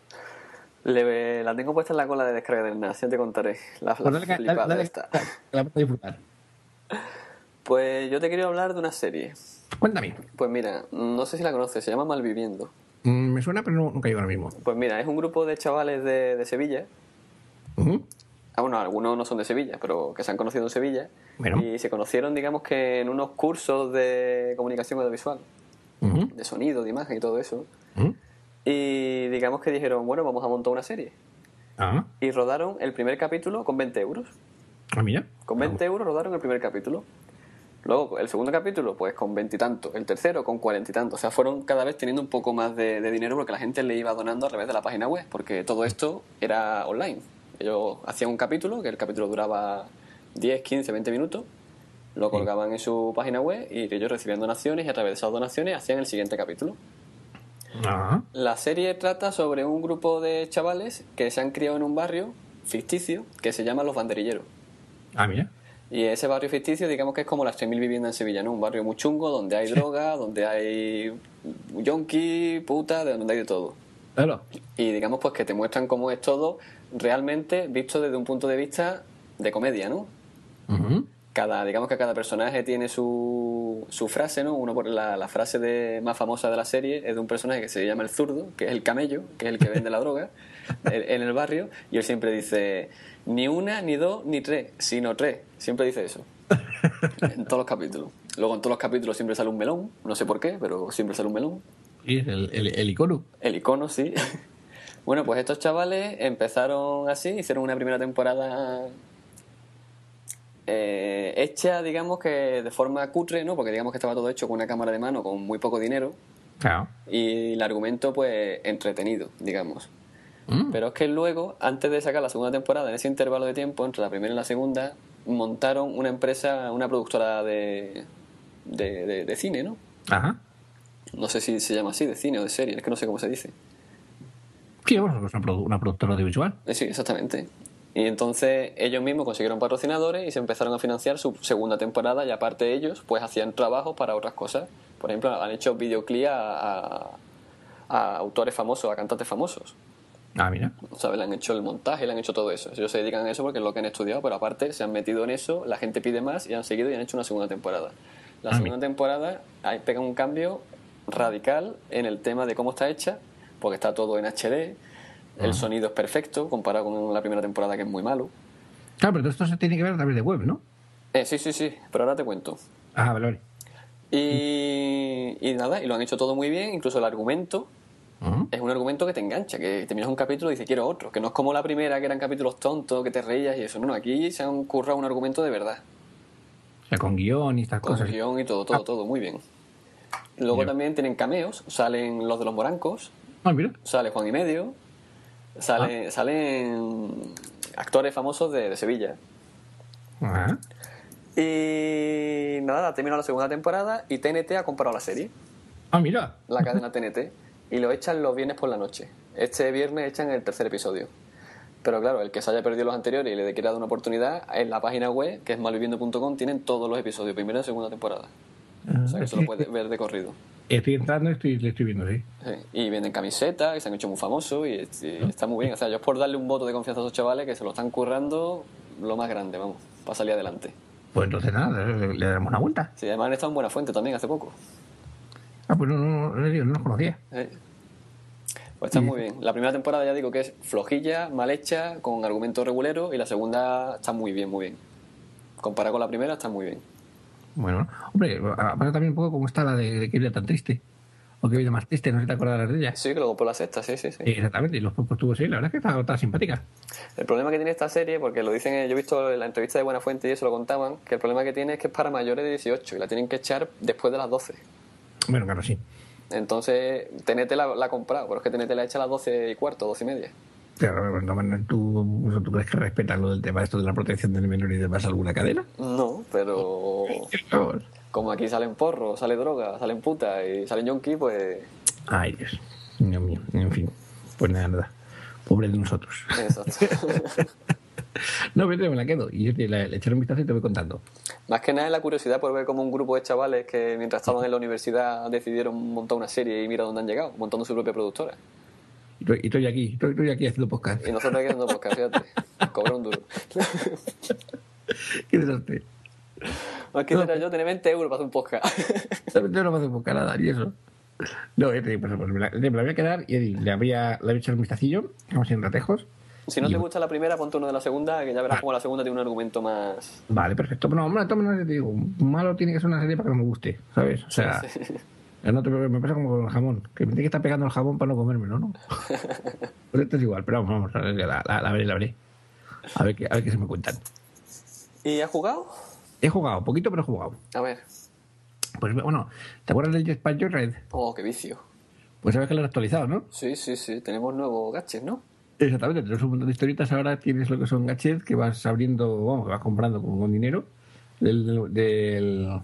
La tengo puesta en la cola de descarga del NAS, ya te contaré. La flipada esta. La vas a disfrutar. Pues yo te quería hablar de una serie. Cuéntame. Pues mira, no sé si la conoces, se llama Malviviendo. Me suena, pero no caigo ahora mismo. Pues mira, es un grupo de chavales de Sevilla. Bueno, algunos no son de Sevilla, pero que se han conocido en Sevilla. Bueno. Y se conocieron, digamos que en unos cursos de comunicación audiovisual, de sonido, de imagen y todo eso. Y digamos que dijeron, bueno, vamos a montar una serie. Y rodaron el primer capítulo con 20 euros. Mira. Con 20 euros rodaron el primer capítulo. Luego, el segundo capítulo, pues con 20 y tanto. El tercero, con 40 y tanto. O sea, fueron cada vez teniendo un poco más de dinero porque la gente le iba donando a través de la página web. Porque todo esto era online. Ellos hacían un capítulo, que el capítulo duraba 10, 15, 20 minutos. Lo colgaban en su página web y ellos recibían donaciones y a través de esas donaciones hacían el siguiente capítulo. La serie trata sobre un grupo de chavales que se han criado en un barrio ficticio que se llama Los Banderilleros. Mira. Y ese barrio ficticio, digamos que es como las 3.000 viviendas en Sevilla, ¿no? Un barrio muy chungo donde hay droga, donde hay yonki, puta, donde hay de todo. Claro. Y digamos pues que te muestran cómo es todo realmente visto desde un punto de vista de comedia, ¿no? Digamos que cada personaje tiene su su frase, ¿no? La frase más famosa de la serie es de un personaje que se llama el zurdo, que es el camello, que es el que vende la droga en el barrio, y él siempre dice, ni una, ni dos, ni tres, sino tres. Siempre dice eso. En todos los capítulos. Luego en todos los capítulos siempre sale un melón, no sé por qué, pero siempre sale un melón. Y es el icono. El icono, sí. Bueno, pues estos chavales empezaron así, hicieron una primera temporada hecha, digamos que de forma cutre, ¿no? Porque digamos que estaba todo hecho con una cámara de mano, con muy poco dinero. Claro. Y el argumento, pues, entretenido, digamos. Pero es que luego, antes de sacar la segunda temporada, en ese intervalo de tiempo, entre la primera y la segunda, montaron una empresa, una productora de cine, ¿no? Ajá. No sé si se llama así, de cine o de serie, es que no sé cómo se dice. Sí, bueno, es una productora audiovisual. Sí, exactamente. Y entonces ellos mismos consiguieron patrocinadores y se empezaron a financiar su segunda temporada, y aparte ellos, pues hacían trabajos para otras cosas. Por ejemplo, han hecho videoclip a autores famosos, a cantantes famosos. Ah, mira. ¿Sabes? Le han hecho el montaje, le han hecho todo eso. Ellos se dedican a eso porque es lo que han estudiado, pero aparte se han metido en eso, la gente pide más y han seguido y han hecho una segunda temporada. La segunda temporada ahí pega un cambio radical en el tema de cómo está hecha, porque está todo en HD, el sonido es perfecto comparado con la primera temporada, que es muy malo. Claro, pero todo esto se tiene que ver a través de web, ¿no? Sí, pero ahora te cuento. Ah, vale. Y nada, y lo han hecho todo muy bien, incluso el argumento. Es un argumento que te engancha, que terminas un capítulo y dices quiero otro, que no es como la primera, que eran capítulos tontos, que te reías y eso. No, aquí se han currado un argumento de verdad. O sea, con guión y estas cosas. Con guión y todo, muy bien. Luego también tienen cameos, salen los de los morancos, Mira. sale Juan y Medio, salen actores famosos de Sevilla. Ajá. Y nada, ha terminado la segunda temporada y TNT ha comprado la serie. Mira. La cadena TNT. Y lo echan los viernes por la noche. Este viernes echan el tercer episodio. Pero claro, el que se haya perdido los anteriores y le quiera dar una oportunidad, en la página web, que es malviviendo.com, tienen todos los episodios, primera y segunda temporada. O sea que eso lo puedes ver de corrido. Estoy entrando y le estoy viendo, sí. Y venden camisetas, que se han hecho muy famosos y está muy bien. O sea, yo es por darle un voto de confianza a esos chavales que se lo están currando lo más grande, vamos, para salir adelante. Pues entonces nada, le damos una vuelta. Sí, además han estado en Buena Fuente también hace poco. Pues no los conocía. Pues está muy bien. La primera temporada ya digo que es flojilla, mal hecha, con argumento regulero, y la segunda está muy bien, muy bien. Comparado con la primera, está muy bien. Bueno, hombre, pasa también un poco cómo está la de qué vida tan triste. O qué vida más triste, no sé si te acuerdas de ella. Sí, que luego por la sexta, sí. Exactamente, y los pocos tuvo, sí, la verdad es que está simpática. El problema que tiene esta serie, porque lo dicen, yo he visto en la entrevista de Buena Fuente y eso lo contaban, que el problema que tiene es que es para mayores de 18 y la tienen que echar después de las 12. Bueno, claro, sí. Entonces, TNT la ha comprado, pero es que TNT la echa a las 12:15, 12:30. Claro, ¿tú crees que respetan lo del tema esto de la protección del menor y demás alguna cadena? No, pero como aquí salen porros, sale droga, salen putas y salen yonki, pues... Ay, Dios. Dios mío, en fin. Pues nada. Pobre de nosotros. Exacto. No, pero me la quedo. Y yo le echaré un vistazo y te voy contando. Más que nada es la curiosidad por ver cómo un grupo de chavales que mientras estaban en la universidad decidieron montar una serie y mira dónde han llegado, montando su propia productora. Y estoy aquí haciendo podcast. Y nosotros aquí haciendo podcast, fíjate. Cobra un duro. Qué desastre. Más quisiera yo tener 20 euros para hacer un podcast. Yo no me hace podcast nada, ni eso. No, pues me la voy a quedar y le voy a echar un vistacillo, vamos en ratejos. Si no te gusta la primera, ponte uno de la segunda, que ya verás como la segunda tiene un argumento más... Vale, perfecto. Pero no, te digo, malo tiene que ser una serie para que no me guste, ¿sabes? O sea, sí. No me pasa como con el jamón, que me tiene que estar pegando el jamón para no comérmelo, ¿no? Pues esto es igual, pero vamos, la veré. A ver qué se me cuentan. ¿Y has jugado? He jugado, poquito, pero he jugado. A ver. Pues bueno, ¿te acuerdas del Jetpack Joyride? Oh, qué vicio. Pues sabes que lo han actualizado, ¿no? Sí. Tenemos nuevos gadgets, ¿no? Exactamente, tenemos un montón de historietas. Ahora tienes lo que son gadgets que vas abriendo, que vas comprando con dinero del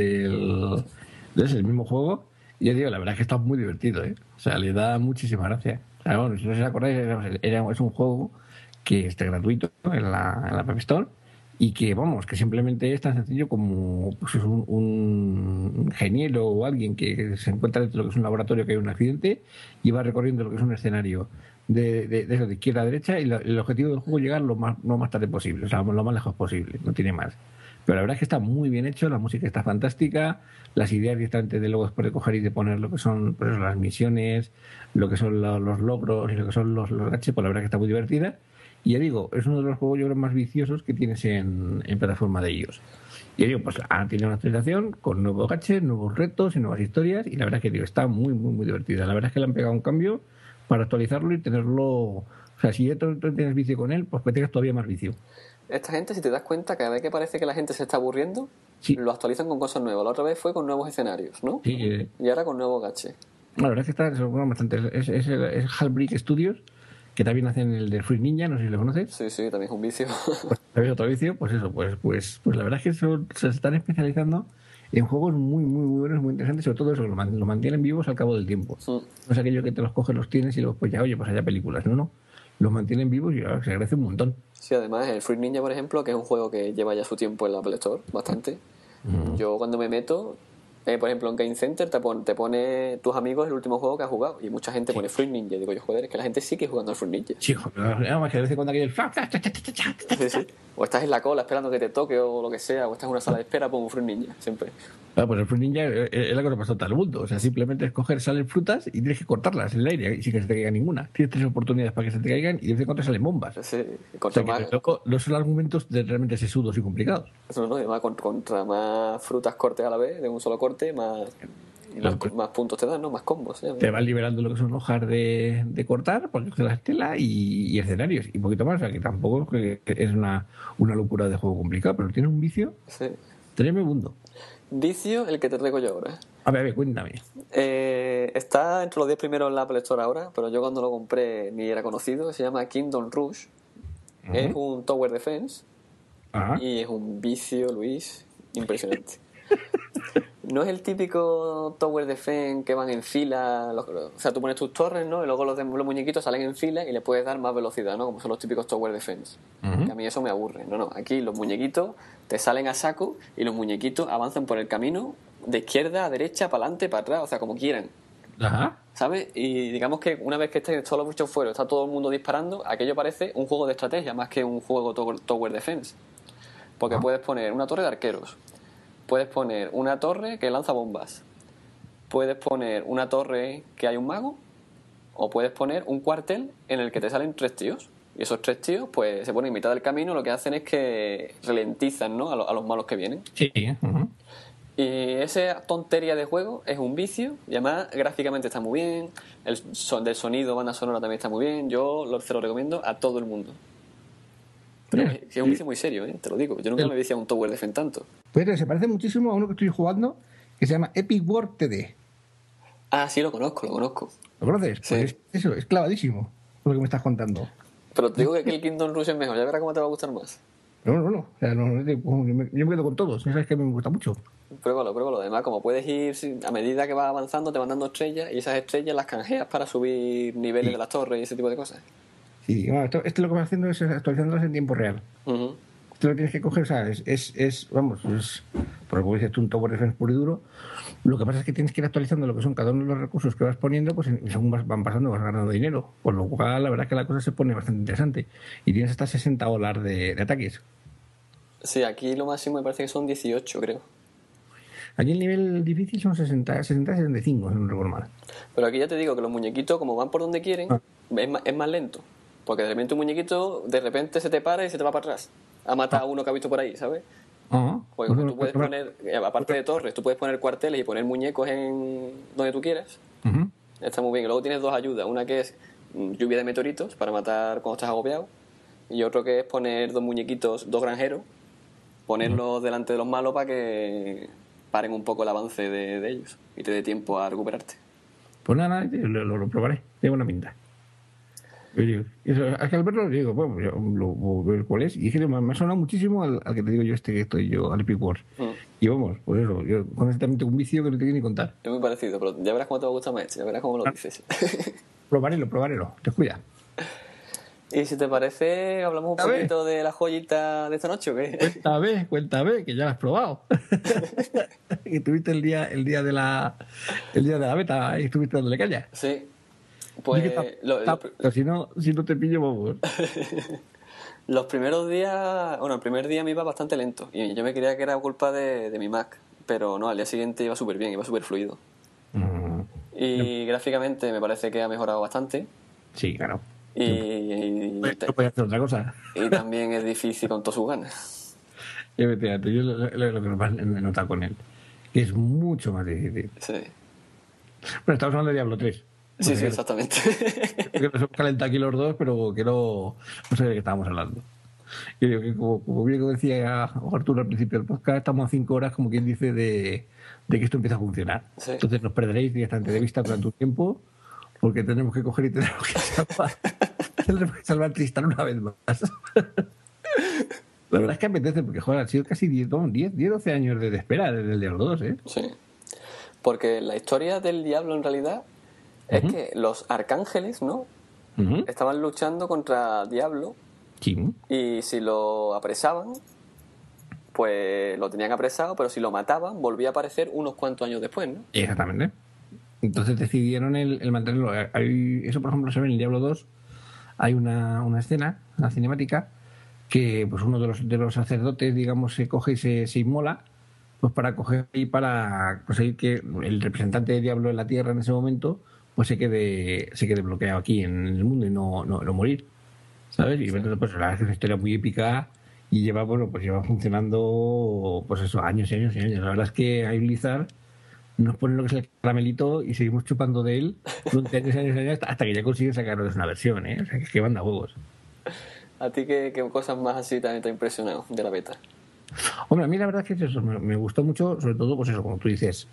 mismo juego. Y yo digo, la verdad es que está muy divertido, ¿eh? O sea, le da muchísima gracia. O sea, si no os acordáis, es un juego que está gratuito en la App Store y que, vamos, que simplemente es tan sencillo como pues, es un ingeniero o alguien que se encuentra dentro de lo que es un laboratorio que hay un accidente y va recorriendo lo que es un escenario de eso, de izquierda a derecha, y el objetivo del juego es llegar lo más tarde posible, o sea, lo más lejos posible, no tiene más. Pero la verdad es que está muy bien hecho, la música está fantástica, las ideas directamente de luego después de coger y de poner lo que son pues, eso, las misiones, lo que son los logros y lo que son los gaches, pues la verdad es que está muy divertida. Y ya digo, es uno de los juegos yo creo más viciosos que tienes en plataforma de ellos. Y ya digo, pues tiene una actualización con nuevos gaches, nuevos retos y nuevas historias. Y la verdad es que digo, está muy, muy, muy divertida. La verdad es que le han pegado un cambio para actualizarlo y tenerlo. O sea, si ya tú tienes vicio con él, pues que tengas todavía más vicio. Esta gente, si te das cuenta, cada vez que parece que la gente se está aburriendo, Sí, lo actualizan con cosas nuevas. La otra vez fue con nuevos escenarios, ¿no? sí. Y ahora con nuevos gaches. La verdad es que está bueno, bastante. Es Halbreak Studios, que también hacen el de Fruit Ninja, no sé si lo conoces. Sí, sí, también es un vicio. Pues también otro vicio, pues eso, pues la verdad es que se están especializando en juegos muy, muy, muy buenos, muy interesantes, sobre todo eso, que lo mantienen vivos al cabo del tiempo. Mm. No es aquello que te los coges, los tienes y luego, pues ya, oye, pues haya películas. No, no. Los mantienen vivos y se agradece un montón. Sí, además el Fruit Ninja, por ejemplo, que es un juego que lleva ya su tiempo en la Apple Store, bastante. Yo cuando me meto, por ejemplo en Game Center te pone tus amigos el último juego que has jugado y mucha gente pone Fruit Ninja. Digo yo, joder, es que la gente sigue jugando al Fruit Ninja. Sí, nada más que de vez en cuando aquello... Sí, sí. O estás en la cola esperando que te toque o lo que sea, o estás en una sala de espera, pongo un Fruit Ninja, siempre. Claro, pues el Fruit Ninja es la cosa más tonta del mundo. O sea, simplemente es coger, salen frutas y tienes que cortarlas en el aire y sin que se te caiga ninguna. Tienes 3 oportunidades para que se te caigan y de vez en cuando salen bombas. Sí, O sea, que luego no son argumentos realmente sesudos y complicados. no, además, contra más frutas cortes a la vez, de un solo corte, más puntos te dan, ¿no? Más combos. Te van liberando lo que son hojas de cortar, porque es la tela y escenarios y un poquito más. O sea, que tampoco es una locura de juego complicado, pero tiene un vicio Sí. tremendo. Vicio, el que te traigo yo ahora. A ver, cuéntame. Está entre los 10 primeros en la Apple Store ahora, pero yo cuando lo compré ni era conocido. Se llama Kingdom Rush. Es un Tower Defense. Ajá. Y es un vicio, Luis, impresionante. No es el típico Tower Defense que van en fila. O sea, tú pones tus torres, ¿no? Y luego los muñequitos salen en fila y le puedes dar más velocidad, ¿no? Como son los típicos Tower Defense. Que a mí eso me aburre. No. Aquí los muñequitos te salen a saco y los muñequitos avanzan por el camino de izquierda a derecha, para adelante, para atrás, o sea, como quieran. Ajá. ¿Sabes? Y digamos que una vez que estén todos los bichos fuera, está todo el mundo disparando, aquello parece un juego de estrategia más que un juego Tower Defense. Porque puedes poner una torre de arqueros, puedes poner una torre que lanza bombas, puedes poner una torre que hay un mago, o puedes poner un cuartel en el que te salen 3 tíos. Y esos 3 tíos, pues se ponen en mitad del camino, lo que hacen es que ralentizan, ¿no? a los malos que vienen. Sí. Uh-huh. Y esa tontería de juego es un vicio, y además gráficamente está muy bien, el del sonido, banda sonora también está muy bien. Yo se lo recomiendo a todo el mundo. Pero es un vicio muy serio, te lo digo. Yo nunca me he viciado un Tower Defense tanto. Pues se parece muchísimo a uno que estoy jugando que se llama Epic World TD. Ah, sí, lo conozco. ¿Lo conoces? Sí. Pues eso, es clavadísimo lo que me estás contando. Pero te digo que el Kingdom Rush es mejor, ya verás cómo te va a gustar más. No. O sea, yo me quedo con todos. Ya sabes que me gusta mucho. Pruébalo. Además, como puedes ir, a medida que vas avanzando, te van dando estrellas y esas estrellas las canjeas para subir niveles de las torres y ese tipo de cosas. Sí, bueno, esto lo que vas haciendo es actualizándolas en tiempo real. Uh-huh. Esto lo tienes que coger, o sea, por como dices tú, un Tower Defense puro y duro. Lo que pasa es que tienes que ir actualizando lo que son cada uno de los recursos que vas poniendo, pues según van pasando, vas ganando dinero. Por lo cual, la verdad es que la cosa se pone bastante interesante. Y tienes hasta 60 dólares de ataques. Sí, aquí lo máximo me parece que son 18, creo. Allí el nivel difícil son 65, si no recuerdo mal. Pero aquí ya te digo que los muñequitos, como van por donde quieren, es más lento. Porque de repente un muñequito, de repente se te para y se te va para atrás. A matar a uno que ha visto por ahí, ¿sabes? Porque tú puedes poner, aparte de torres, tú puedes poner cuarteles y poner muñecos en donde tú quieras. Uh-huh. Está muy bien. Y luego tienes 2 ayudas. Una que es lluvia de meteoritos para matar cuando estás agobiado. Y otro que es poner 2 muñequitos, 2 granjeros, ponerlos delante de los malos para que paren un poco el avance de ellos y te dé tiempo a recuperarte. Pues nada, lo probaré. Tengo una pinta. Es que al verlo digo, bueno, ¿cuál es? Y es que me ha sonado muchísimo al que te digo yo, que estoy yo, al Epic Wars. Y vamos, pues eso, yo honestamente un vicio que no te quiero ni contar. Es muy parecido, pero ya verás cómo te va a gustar más, ya verás cómo lo dices. Probaré, te cuida. Y si te parece, hablamos un poquito de la joyita de esta noche, ¿o qué? Cuéntame, que ya la has probado. Que tuviste el día de la beta y estuviste dándole caña. Sí. Y que Pues si no te pillo, vamos. los primeros días, bueno, el primer día me iba bastante lento y yo me creía que era culpa de mi Mac, pero no, al día siguiente iba súper bien, iba súper fluido. Y gráficamente me parece que ha mejorado bastante. Sí, claro. Y no puedes hacer otra cosa. Y también es difícil con todas sus ganas. Efectivamente, yo lo que más he notado con él, que es mucho más difícil. Sí. Bueno, estamos hablando de Diablo 3. Sí, exactamente. Que nos hemos calentado aquí los dos, pero que no sé de qué estábamos hablando. Yo digo que como bien decía Arturo al principio del podcast, estamos a 5 horas, como quien dice, de que esto empieza a funcionar. Sí. Entonces nos perderéis directamente de vista durante un tiempo, porque tenemos que coger y tenemos que salvar Tristán una vez más. La verdad es que apetece, porque joder, han sido casi 10, 12 años de espera desde el Diablo 2, ¿eh? Sí. Porque la historia del Diablo en realidad es que los arcángeles, ¿no? Estaban luchando contra Diablo. Sí. Y si lo apresaban, pues lo tenían apresado, pero si lo mataban, volvía a aparecer unos cuantos años después, ¿no? Exactamente. Entonces decidieron el mantenerlo. Eso, por ejemplo, se ve en el Diablo 2. Hay una escena, una cinemática, que pues uno de los sacerdotes, digamos, se coge y se inmola, pues para coger y para conseguir que el representante de Diablo en la Tierra en ese momento pues se quede bloqueado aquí en el mundo y no morir, ¿sabes? Y entonces pues la verdad es que es una historia muy épica y lleva funcionando pues eso, años y años y años. La verdad es que hay Blizzard nos ponen lo que es el caramelito y seguimos chupando de él durante años hasta que ya consiguen sacarnos una versión, ¿eh? O sea, que manda huevos. ¿A ti qué cosas más así también te ha impresionado de la beta? Hombre, a mí la verdad es que eso me gustó mucho, sobre todo, pues eso, como tú dices,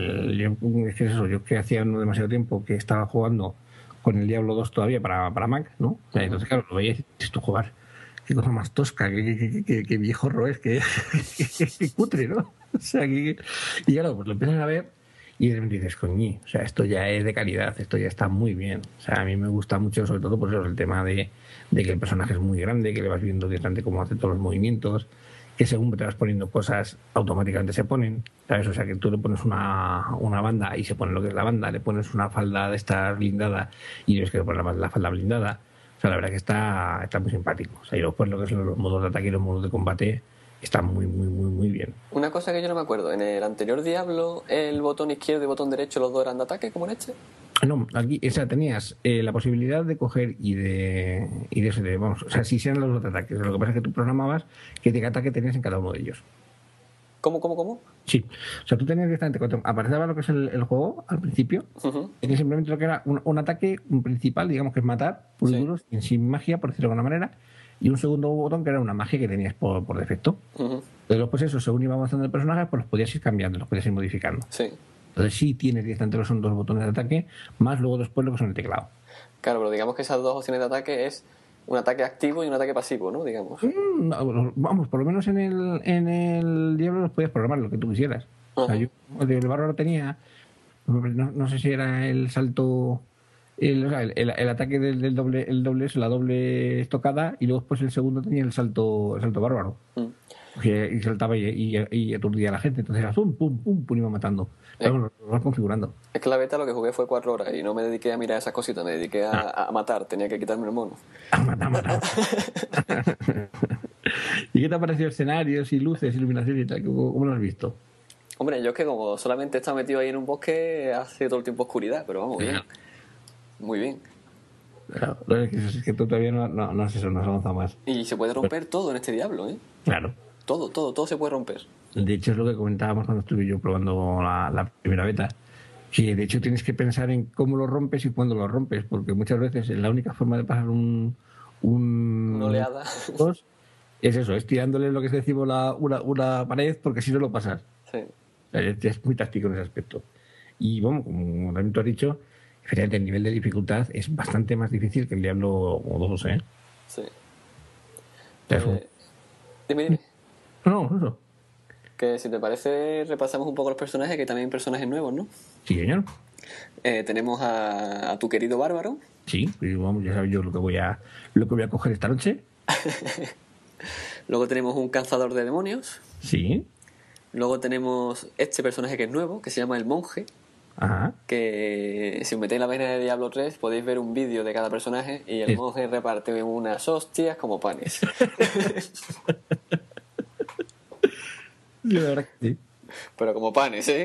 yo que hacía no demasiado tiempo que estaba jugando con el Diablo 2 todavía para Mac, ¿no? O sea, entonces, claro, lo veías y dices tú, jugar, qué cosa más tosca, qué viejorro es, qué cutre, ¿no? O sea, y claro, pues lo empiezas a ver y de repente dices, coñi, o sea, esto ya es de calidad, esto ya está muy bien. O sea, a mí me gusta mucho, sobre todo, pues eso, el tema de que el personaje es muy grande, que le vas viendo directamente cómo hace todos los movimientos, que según te vas poniendo cosas, automáticamente se ponen, ¿sabes? O sea, que tú le pones una banda y se pone lo que es la banda, le pones una falda de esta blindada y ves que le pones la falda blindada. O sea, la verdad que está muy simpático. O sea, y después lo que son los modos de ataque y los modos de combate están muy bien. Una cosa que yo no me acuerdo, en el anterior Diablo, el botón izquierdo y botón derecho, los dos eran de ataque, como en este. No, aquí, o sea, tenías la posibilidad de coger vamos, o sea, si sean los dos ataques. Lo que pasa es que tú programabas qué ataque tenías en cada uno de ellos. ¿Cómo? Sí, o sea, tú tenías directamente, cuando aparecía lo que es el juego al principio, tenías simplemente lo que era un ataque principal, digamos que es matar, puro y duro, sin magia, por decirlo de alguna manera, y un segundo botón que era una magia que tenías por defecto. Entonces, pues eso, según iba avanzando el personaje, pues los podías ir cambiando, los podías ir modificando. Sí. Entonces sí tienes directamente son dos botones de ataque, más luego después lo que son el teclado. Claro, pero digamos que esas dos opciones de ataque es un ataque activo y un ataque pasivo, ¿no? Digamos. Vamos, por lo menos en el Diablo los podías programar lo que tú quisieras. O sea, yo el bárbaro tenía, no sé si era el salto, el ataque del doble, la doble estocada, y luego después el segundo tenía el salto bárbaro. Y saltaba y aturdía a la gente, entonces era pum, iba matando. Pero lo vas configurando. Es que la beta lo que jugué fue 4 horas y no me dediqué a mirar esas cositas, me dediqué a matar, tenía que quitarme el mono. A matar. ¿Y qué te ha parecido escenarios y luces, iluminación y tal? ¿Cómo lo has visto? Hombre, yo es que como solamente he estado metido ahí en un bosque, hace todo el tiempo oscuridad, pero vamos, bien. Muy bien. Claro, es que tú todavía no has avanzado más. Y se puede romper todo en este Diablo, ¿eh? Claro. Todo se puede romper. De hecho, es lo que comentábamos cuando estuve yo probando la primera beta. Que de hecho tienes que pensar en cómo lo rompes y cuándo lo rompes, porque muchas veces la única forma de pasar una oleada es eso, es tirándole lo que es decimos una pared, porque si no lo pasas. Sí. O sea, es muy táctico en ese aspecto. Y bueno, como también tú has dicho, efectivamente el nivel de dificultad es bastante más difícil que el Diablo 2, ¿eh? Sí. Dime. No, eso. Que si te parece, repasamos un poco los personajes, que también hay personajes nuevos, ¿no? Sí, señor. Tenemos a tu querido Bárbaro. Sí, y vamos, ya sabes yo lo que voy a coger esta noche. Luego tenemos un cazador de demonios. Sí. Luego tenemos este personaje que es nuevo, que se llama el monje. Ajá. Que si os metéis en la página de Diablo 3 podéis ver un vídeo de cada personaje y el monje reparte unas hostias como panes. La verdad que sí. Pero como panes, ¿eh?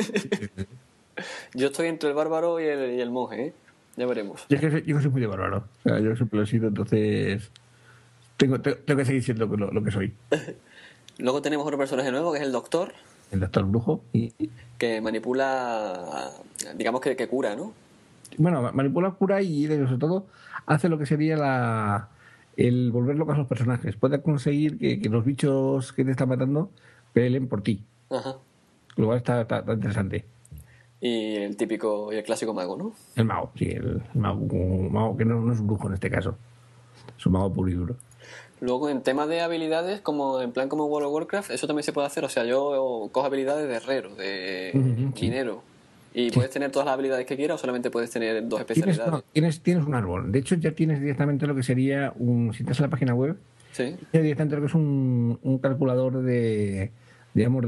Yo estoy entre el bárbaro y el monje, ¿eh? Ya veremos. Yo soy muy de bárbaro. O sea, yo siempre lo he sido, entonces tengo que seguir siendo lo que soy. Luego tenemos otro personaje nuevo que es el doctor, El doctor brujo. que manipula, digamos que cura, ¿no? Bueno, manipula, cura y sobre todo hace lo que sería el volver locos a los personajes. Puede conseguir que los bichos que te están matando peleen por ti. Ajá. Lo cual está interesante. Y el típico y el clásico mago, ¿no? El mago, sí, el mago que no es un brujo en este caso. Es un mago puro y duro. Luego en temas de habilidades, como en plan como World of Warcraft, eso también se puede hacer. O sea, yo cojo habilidades de herrero, de Sí. minero. Y puedes tener todas las habilidades que quieras o solamente puedes tener dos Tienes, especialidades. tienes un árbol. De hecho, ya tienes directamente lo que sería si estás en la página web, Sí. ya directamente lo que es un calculador digamos,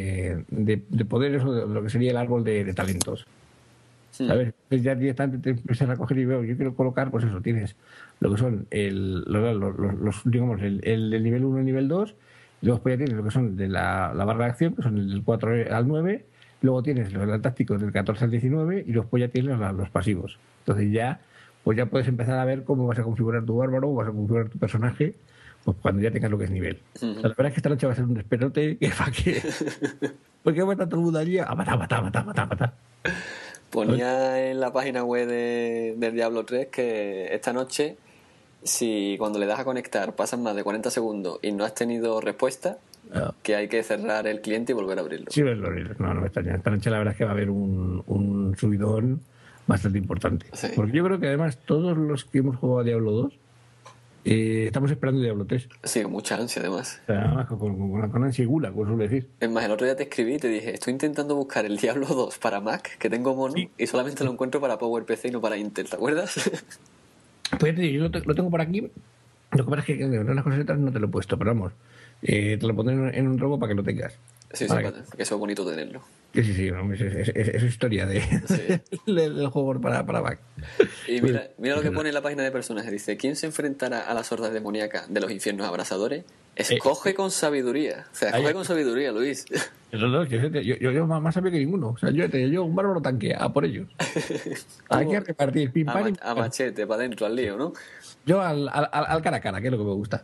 de poderes o de lo que sería el árbol de talentos. ¿Sabes? Entonces ya directamente te empiezas a coger y veo, yo quiero colocar, pues eso, tienes lo que son digamos, el del nivel 1 y el nivel 2, y luego después ya tienes lo que son de la barra de acción, que son el del 4 al 9, luego tienes los tácticos del 14 al 19, y después ya tienes los pasivos. Entonces pues ya puedes empezar a ver cómo vas a configurar tu bárbaro, o vas a configurar tu personaje, pues cuando ya tengas lo que es nivel. O sea, la verdad es que esta noche va a ser un desperote que para qué. Porque va a estar todo el mundo allí a matar. Ponía en la página web del Diablo 3 que esta noche, si cuando le das a conectar pasan más de 40 segundos y no has tenido respuesta, que hay que cerrar el cliente y volver a abrirlo. Sí, no me extraña. Esta noche la verdad es que va a haber un subidón bastante importante. Sí. Porque yo creo que además todos los que hemos jugado a Diablo 2 estamos esperando Diablo 3. Sí, con mucha ansia además. O sea, con ansia y gula, como suele decir. Es más, el otro día te escribí y te dije, estoy intentando buscar el Diablo 2 para Mac, que tengo mono, y solamente lo encuentro para PowerPC y no para Intel, ¿te acuerdas? Pues ya te digo, yo lo tengo por aquí. Lo que pasa es que en unas cositas no te lo he puesto, pero vamos, te lo pondré en un robo para que lo tengas. Sí, Vale. que eso es bonito tenerlo. Sí, no, es historia del juego para Mac. Y mira lo que pone en la página de personajes. Dice, ¿quién se enfrentará a las hordas demoníacas de los infiernos abrasadores? Escoge con sabiduría. O sea, escoge con sabiduría, Luis. No, yo más sabio que ninguno. O sea, yo un bárbaro tanque, a por ellos. Hay que repartir pim pam. A machete, para adentro, al lío, ¿no? Yo al cara a cara, que es lo que me gusta.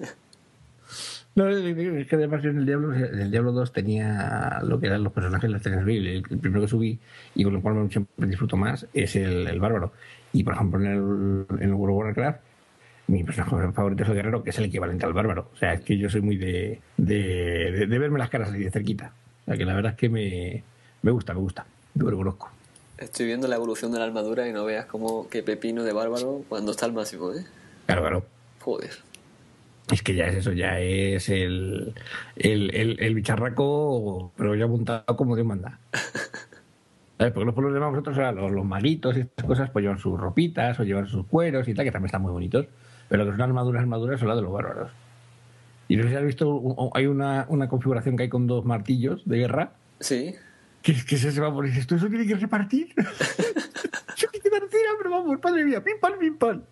No, es que además yo en el Diablo 2 tenía lo que eran los personajes, las tenías el primero que subí y con el cual siempre disfruto más es el bárbaro. Y por ejemplo en el World of Warcraft mi personaje favorito es el guerrero, que es el equivalente al bárbaro. O sea, es que yo soy muy de verme las caras así de cerquita. O sea, que la verdad es que me gusta, yo lo conozco. Estoy viendo la evolución de la armadura y no veas como que pepino de bárbaro cuando está al máximo, ¿eh? Claro. Joder. Es que ya es eso, ya es el bicharraco, pero ya montado como Dios manda. ¿Sabes? Porque los demás vosotros, o sea, los maguitos y estas cosas, pues llevan sus ropitas o llevan sus cueros y tal, que también están muy bonitos. Pero lo que son armaduras son las de los bárbaros. Y no sé si has visto, hay una configuración que hay con 2 martillos de guerra. Sí. Que se va a poner, ¿esto eso tiene que repartir? Yo tiene que dar tira, pero vamos, padre mía, pim pam.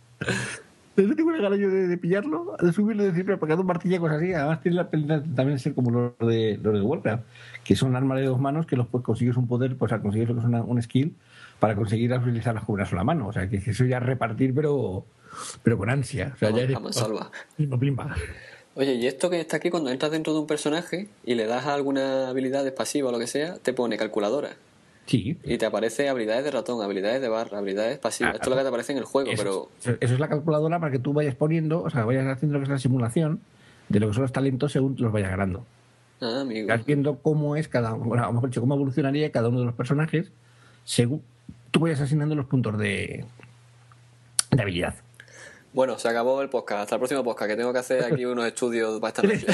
Yo tengo una gana yo de pillarlo, de subirlo, de decir, pero porque un martillacos así, además tiene la pena también ser como los de Warcraft, que son armas de 2 manos que los pues, consigues un poder, pues al conseguir lo que es un skill, para conseguir utilizarlas con una sola mano. O sea, que eso ya es repartir, pero con ansia. O sea, ya eres... salva. Plimba. Oye, y esto que está aquí, cuando entras dentro de un personaje y le das a alguna habilidad pasiva o lo que sea, te pone calculadora. Sí. Y te aparece habilidades de ratón, habilidades de barra, habilidades pasivas. Esto es lo que te aparece en el juego, pero... Eso es la calculadora para que tú vayas poniendo, o sea, vayas haciendo lo que es la simulación de lo que son los talentos según los vayas ganando. Ah, amigo. Vas viendo cómo es bueno, mejor dicho, cómo evolucionaría cada uno de los personajes según tú vayas asignando los puntos de habilidad. Bueno, se acabó el podcast. Hasta el próximo podcast, que tengo que hacer aquí unos estudios para esta noche.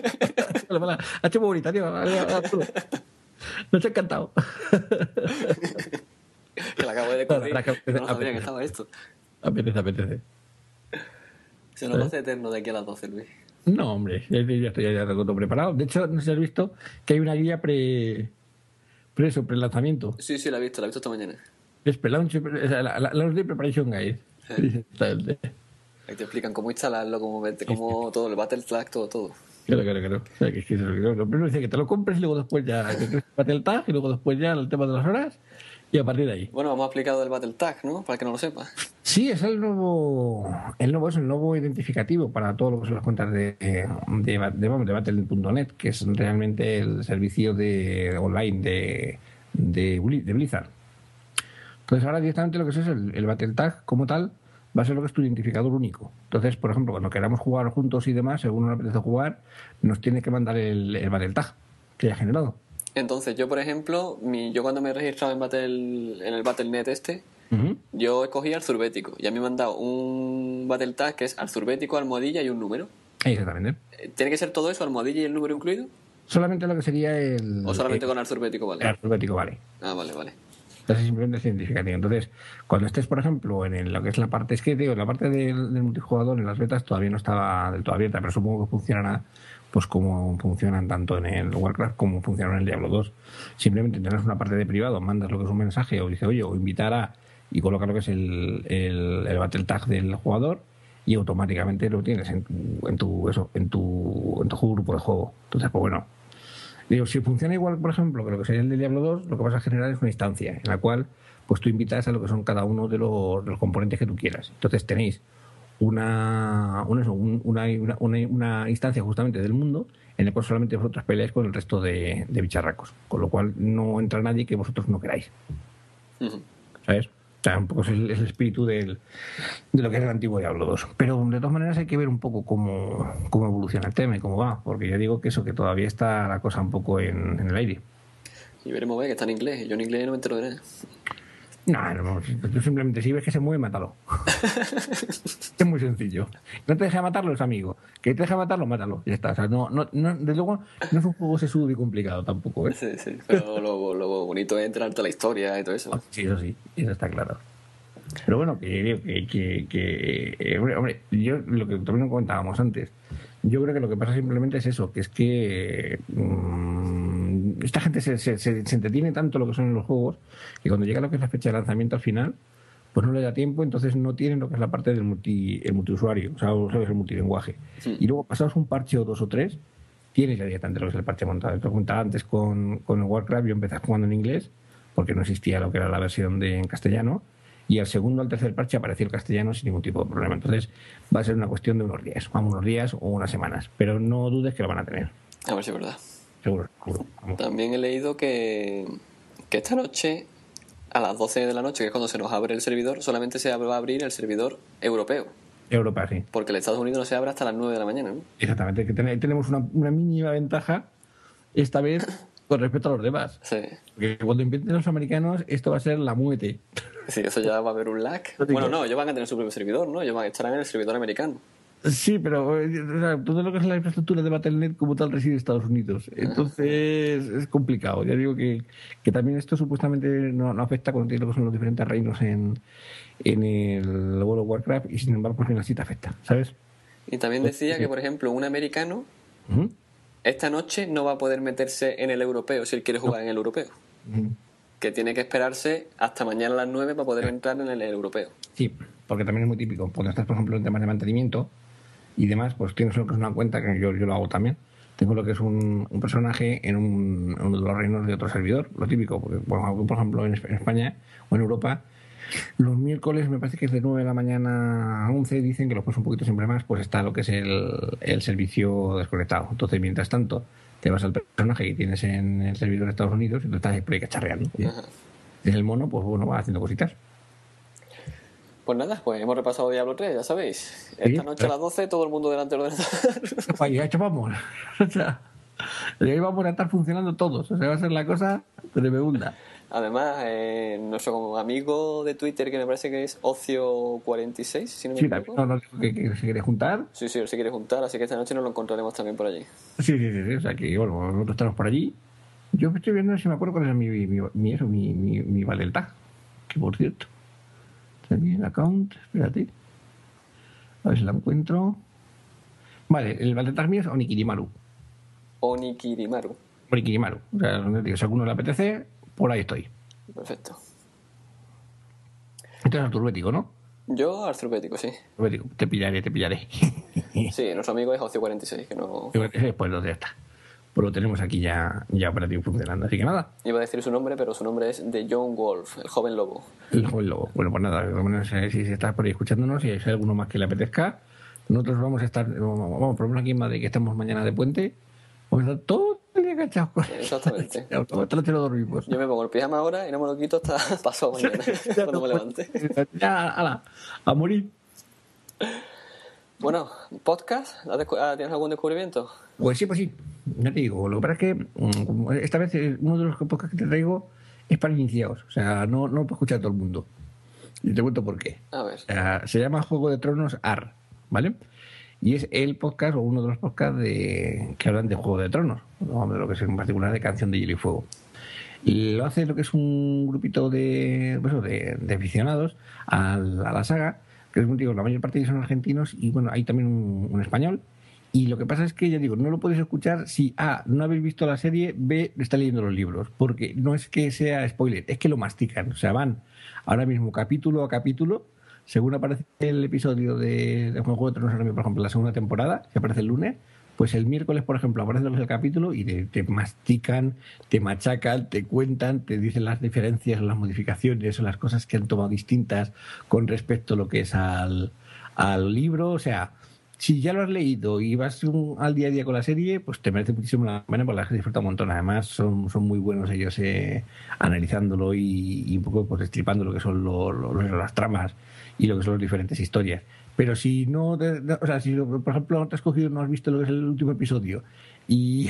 Ha hecho muy bonita, tío. Nos ha encantado. Que la acabo de descubrir. No sabía que estaba esto. Apetece. Se nos hace eterno de aquí a las 12, Luis. No, hombre, ya estoy ya tengo todo preparado. De hecho, no sé si has visto que hay una guía pre-lanzamiento. Sí, la he visto esta mañana. Es pre-launch, o sea, la de Preparation Guide. Sí. Ahí te explican cómo instalarlo, cómo todo, el Battle Tag, todo. Claro. O sea, que lo primero dice que te lo compres y luego después ya que crees el Battle Tag y luego después ya el tema de las horas y a partir de ahí. Bueno, hemos explicado el Battle Tag, ¿no? Para el que no lo sepa. Sí, es el nuevo identificativo para todo lo que son las cuentas de Battle.net, que es realmente el servicio online de Blizzard. Entonces ahora directamente lo que es el Battle Tag como tal va a ser lo que es tu identificador único. Entonces, por ejemplo, cuando queramos jugar juntos y demás, según nos apetece jugar, nos tiene que mandar el Battle Tag que haya generado. Entonces, yo, por ejemplo, yo cuando me he registrado en el Battle.net yo escogí Arzurbético y a mí me han dado un Battle Tag que es Arzurbético, almohadilla y un número. Exactamente. ¿Tiene que ser todo eso, almohadilla y el número incluido? Solamente lo que sería ¿O solamente con Arzurbético vale? Arzurbético vale. Ah, vale. Entonces simplemente es identificativo. Entonces, cuando estés, por ejemplo, en lo que es la parte, es que digo, la parte del multijugador en las betas todavía no estaba del todo abierta, pero supongo que funcionará pues como funcionan tanto en el Warcraft como funcionan en el Diablo 2. Simplemente tendrás una parte de privado, mandas lo que es un mensaje o dice, oye, o invitar a, y coloca lo que es el Battle Tag del jugador y automáticamente lo tienes en tu grupo de juego. Entonces, pues bueno. Digo, si funciona igual, por ejemplo, que lo que sería el de Diablo 2, lo que vas a generar es una instancia en la cual pues tú invitas a lo que son cada uno de los componentes que tú quieras. Entonces tenéis una instancia justamente del mundo en la cual solamente vosotros peleáis con el resto de bicharracos, con lo cual no entra nadie que vosotros no queráis. ¿Sabes? O sea, un poco es el espíritu de lo que es el antiguo Diablo 2. Pero de todas maneras hay que ver un poco cómo evoluciona el tema y cómo va, porque ya digo que que todavía está la cosa un poco en el aire. Y veremos ver que está en inglés. Yo en inglés no me entero de nada. No, tú simplemente si ves que se mueve, mátalo. Es muy sencillo. No te deja matarlo, es amigo. Que te deja matarlo, mátalo. Ya está. O sea, desde luego no es un juego sesudo y complicado tampoco, ¿eh? Sí. Pero lo bonito es enterarte a la historia y todo eso. Sí, eso está claro. Pero bueno, hombre, yo lo que también comentábamos antes, yo creo que lo que pasa simplemente es eso, que es que esta gente se entretiene tanto lo que son los juegos que cuando llega lo que es la fecha de lanzamiento al final, pues no le da tiempo, entonces no tienen lo que es la parte del multiusuario, o sea, ¿sabes? El multilenguaje. Y luego, pasados un parche o dos o tres, tienes ya directamente lo que es el parche montado. Te comentaba antes con el Warcraft, yo empecé jugando en inglés, porque no existía lo que era la versión en castellano, y al segundo o al tercer parche apareció el castellano sin ningún tipo de problema. Entonces va a ser una cuestión de unos días o unas semanas, pero no dudes que lo van a tener. A ver si es verdad. Seguro. También he leído que esta noche, a las 12 de la noche, que es cuando se nos abre el servidor, solamente se va a abrir el servidor europeo. Europa, sí. Porque el Estados Unidos no se abre hasta las 9 de la mañana, ¿no? Exactamente, que tenemos una mínima ventaja esta vez con respecto a los demás. Sí. Porque cuando empiecen los americanos, esto va a ser la muerte. Sí, eso ya va a haber un lag. Bueno, no, ellos van a tener su propio servidor, ¿no? Ellos estarán en el servidor americano. Sí, pero o sea, todo lo que es la infraestructura de Battle.net como tal reside en Estados Unidos. Entonces es complicado. Ya digo que también esto supuestamente no afecta cuando tienes lo que son los diferentes reinos en el World of Warcraft y sin embargo pues bien así te afecta, ¿sabes? Y también decía que, por ejemplo, un americano esta noche no va a poder meterse en el europeo si él quiere jugar en el europeo. Que tiene que esperarse hasta mañana a las 9 para poder entrar en el europeo. Sí, porque también es muy típico. Cuando estás, por ejemplo, en temas de mantenimiento y demás, pues tienes lo que es una cuenta, que yo lo hago también. Tengo lo que es un personaje en uno de los reinos de otro servidor, lo típico. Porque, bueno, por ejemplo, en España o en Europa, los miércoles me parece que es de 9 de la mañana a 11, dicen que lo pones un poquito siempre más, pues está lo que es el servicio desconectado. Entonces, mientras tanto, te vas al personaje que tienes en el servidor de Estados Unidos y tú estás ahí por ahí cacharreando. Es el mono, pues bueno, va haciendo cositas. Pues nada, pues hemos repasado Diablo 3, ya sabéis. Esta noche a las 12, todo el mundo delante del ordenador. Vaya, vamos. O sea, y ahí vamos a estar funcionando todos. O sea, va a ser la cosa tremenda. Además, nuestro amigo de Twitter, que me parece que es Ocio46, si no me equivoco. No, que se quiere juntar. Sí, él se quiere juntar, así que esta noche nos lo encontraremos también por allí. Sí. O sea, que bueno, nosotros estamos por allí. Yo estoy viendo si me acuerdo cuál es mi Battle Tag. que por cierto, está aquí el account, espérate, a ver si la encuentro. Vale, el avatar mío es Onikirimaru. Onikirimaru. Onikirimaru. O sea, si a alguno le apetece, por ahí estoy. Perfecto. Esto es arturbético, ¿no? Yo, artropético, sí. Arturbético. Te pillaré. Sí, nuestro amigo es Ocio46, que no... Pues ya está. Pues lo tenemos aquí ya operativo funcionando. Así que nada. Iba a decir su nombre, pero su nombre es The Young Wolf, el joven lobo. El joven lobo. Bueno, pues nada, si estás por ahí escuchándonos y hay alguno más que le apetezca, nosotros vamos a estar, vamos, por lo menos aquí en Madrid, que estamos mañana de puente, vamos a estar todo el día cachados. Exactamente. Hasta lo dormimos. Yo me pongo el pijama ahora y no me lo quito hasta pasado mañana, cuando me levante. Ya, ala, a morir. Bueno, ¿podcast? ¿Tienes algún descubrimiento? Pues sí. Ya te digo, lo que pasa es que esta vez uno de los podcasts que te traigo es para iniciados. O sea, no lo puede escuchar todo el mundo. Y te cuento por qué. A ver. O sea, se llama Juego de Tronos AR, ¿vale? Y es el podcast o uno de los podcasts que hablan de Juego de Tronos, ¿no? De lo que es en particular de Canción de Hielo y Fuego. Y lo hace lo que es un grupito de aficionados a la saga, que es un digo, la mayor parte de ellos son argentinos y bueno, hay también un español. Y lo que pasa es que, ya digo, no lo podéis escuchar si A, no habéis visto la serie, B, está leyendo los libros, porque no es que sea spoiler, es que lo mastican. O sea, van ahora mismo capítulo a capítulo, según aparece el episodio de Juego de Tronos, por ejemplo, la segunda temporada, que aparece el lunes, pues el miércoles, por ejemplo, aparece el capítulo y te mastican, te machacan, te cuentan, te dicen las diferencias, las modificaciones o las cosas que han tomado distintas con respecto a lo que es al libro. O sea, si ya lo has leído y vas al día a día con la serie, pues te merece muchísimo la pena porque la gente disfruta un montón. Además, son muy buenos ellos analizándolo y un poco pues destripando lo que son las tramas y lo que son las diferentes historias. Pero si no, o sea, si por ejemplo te has cogido, no has visto lo que es el último episodio y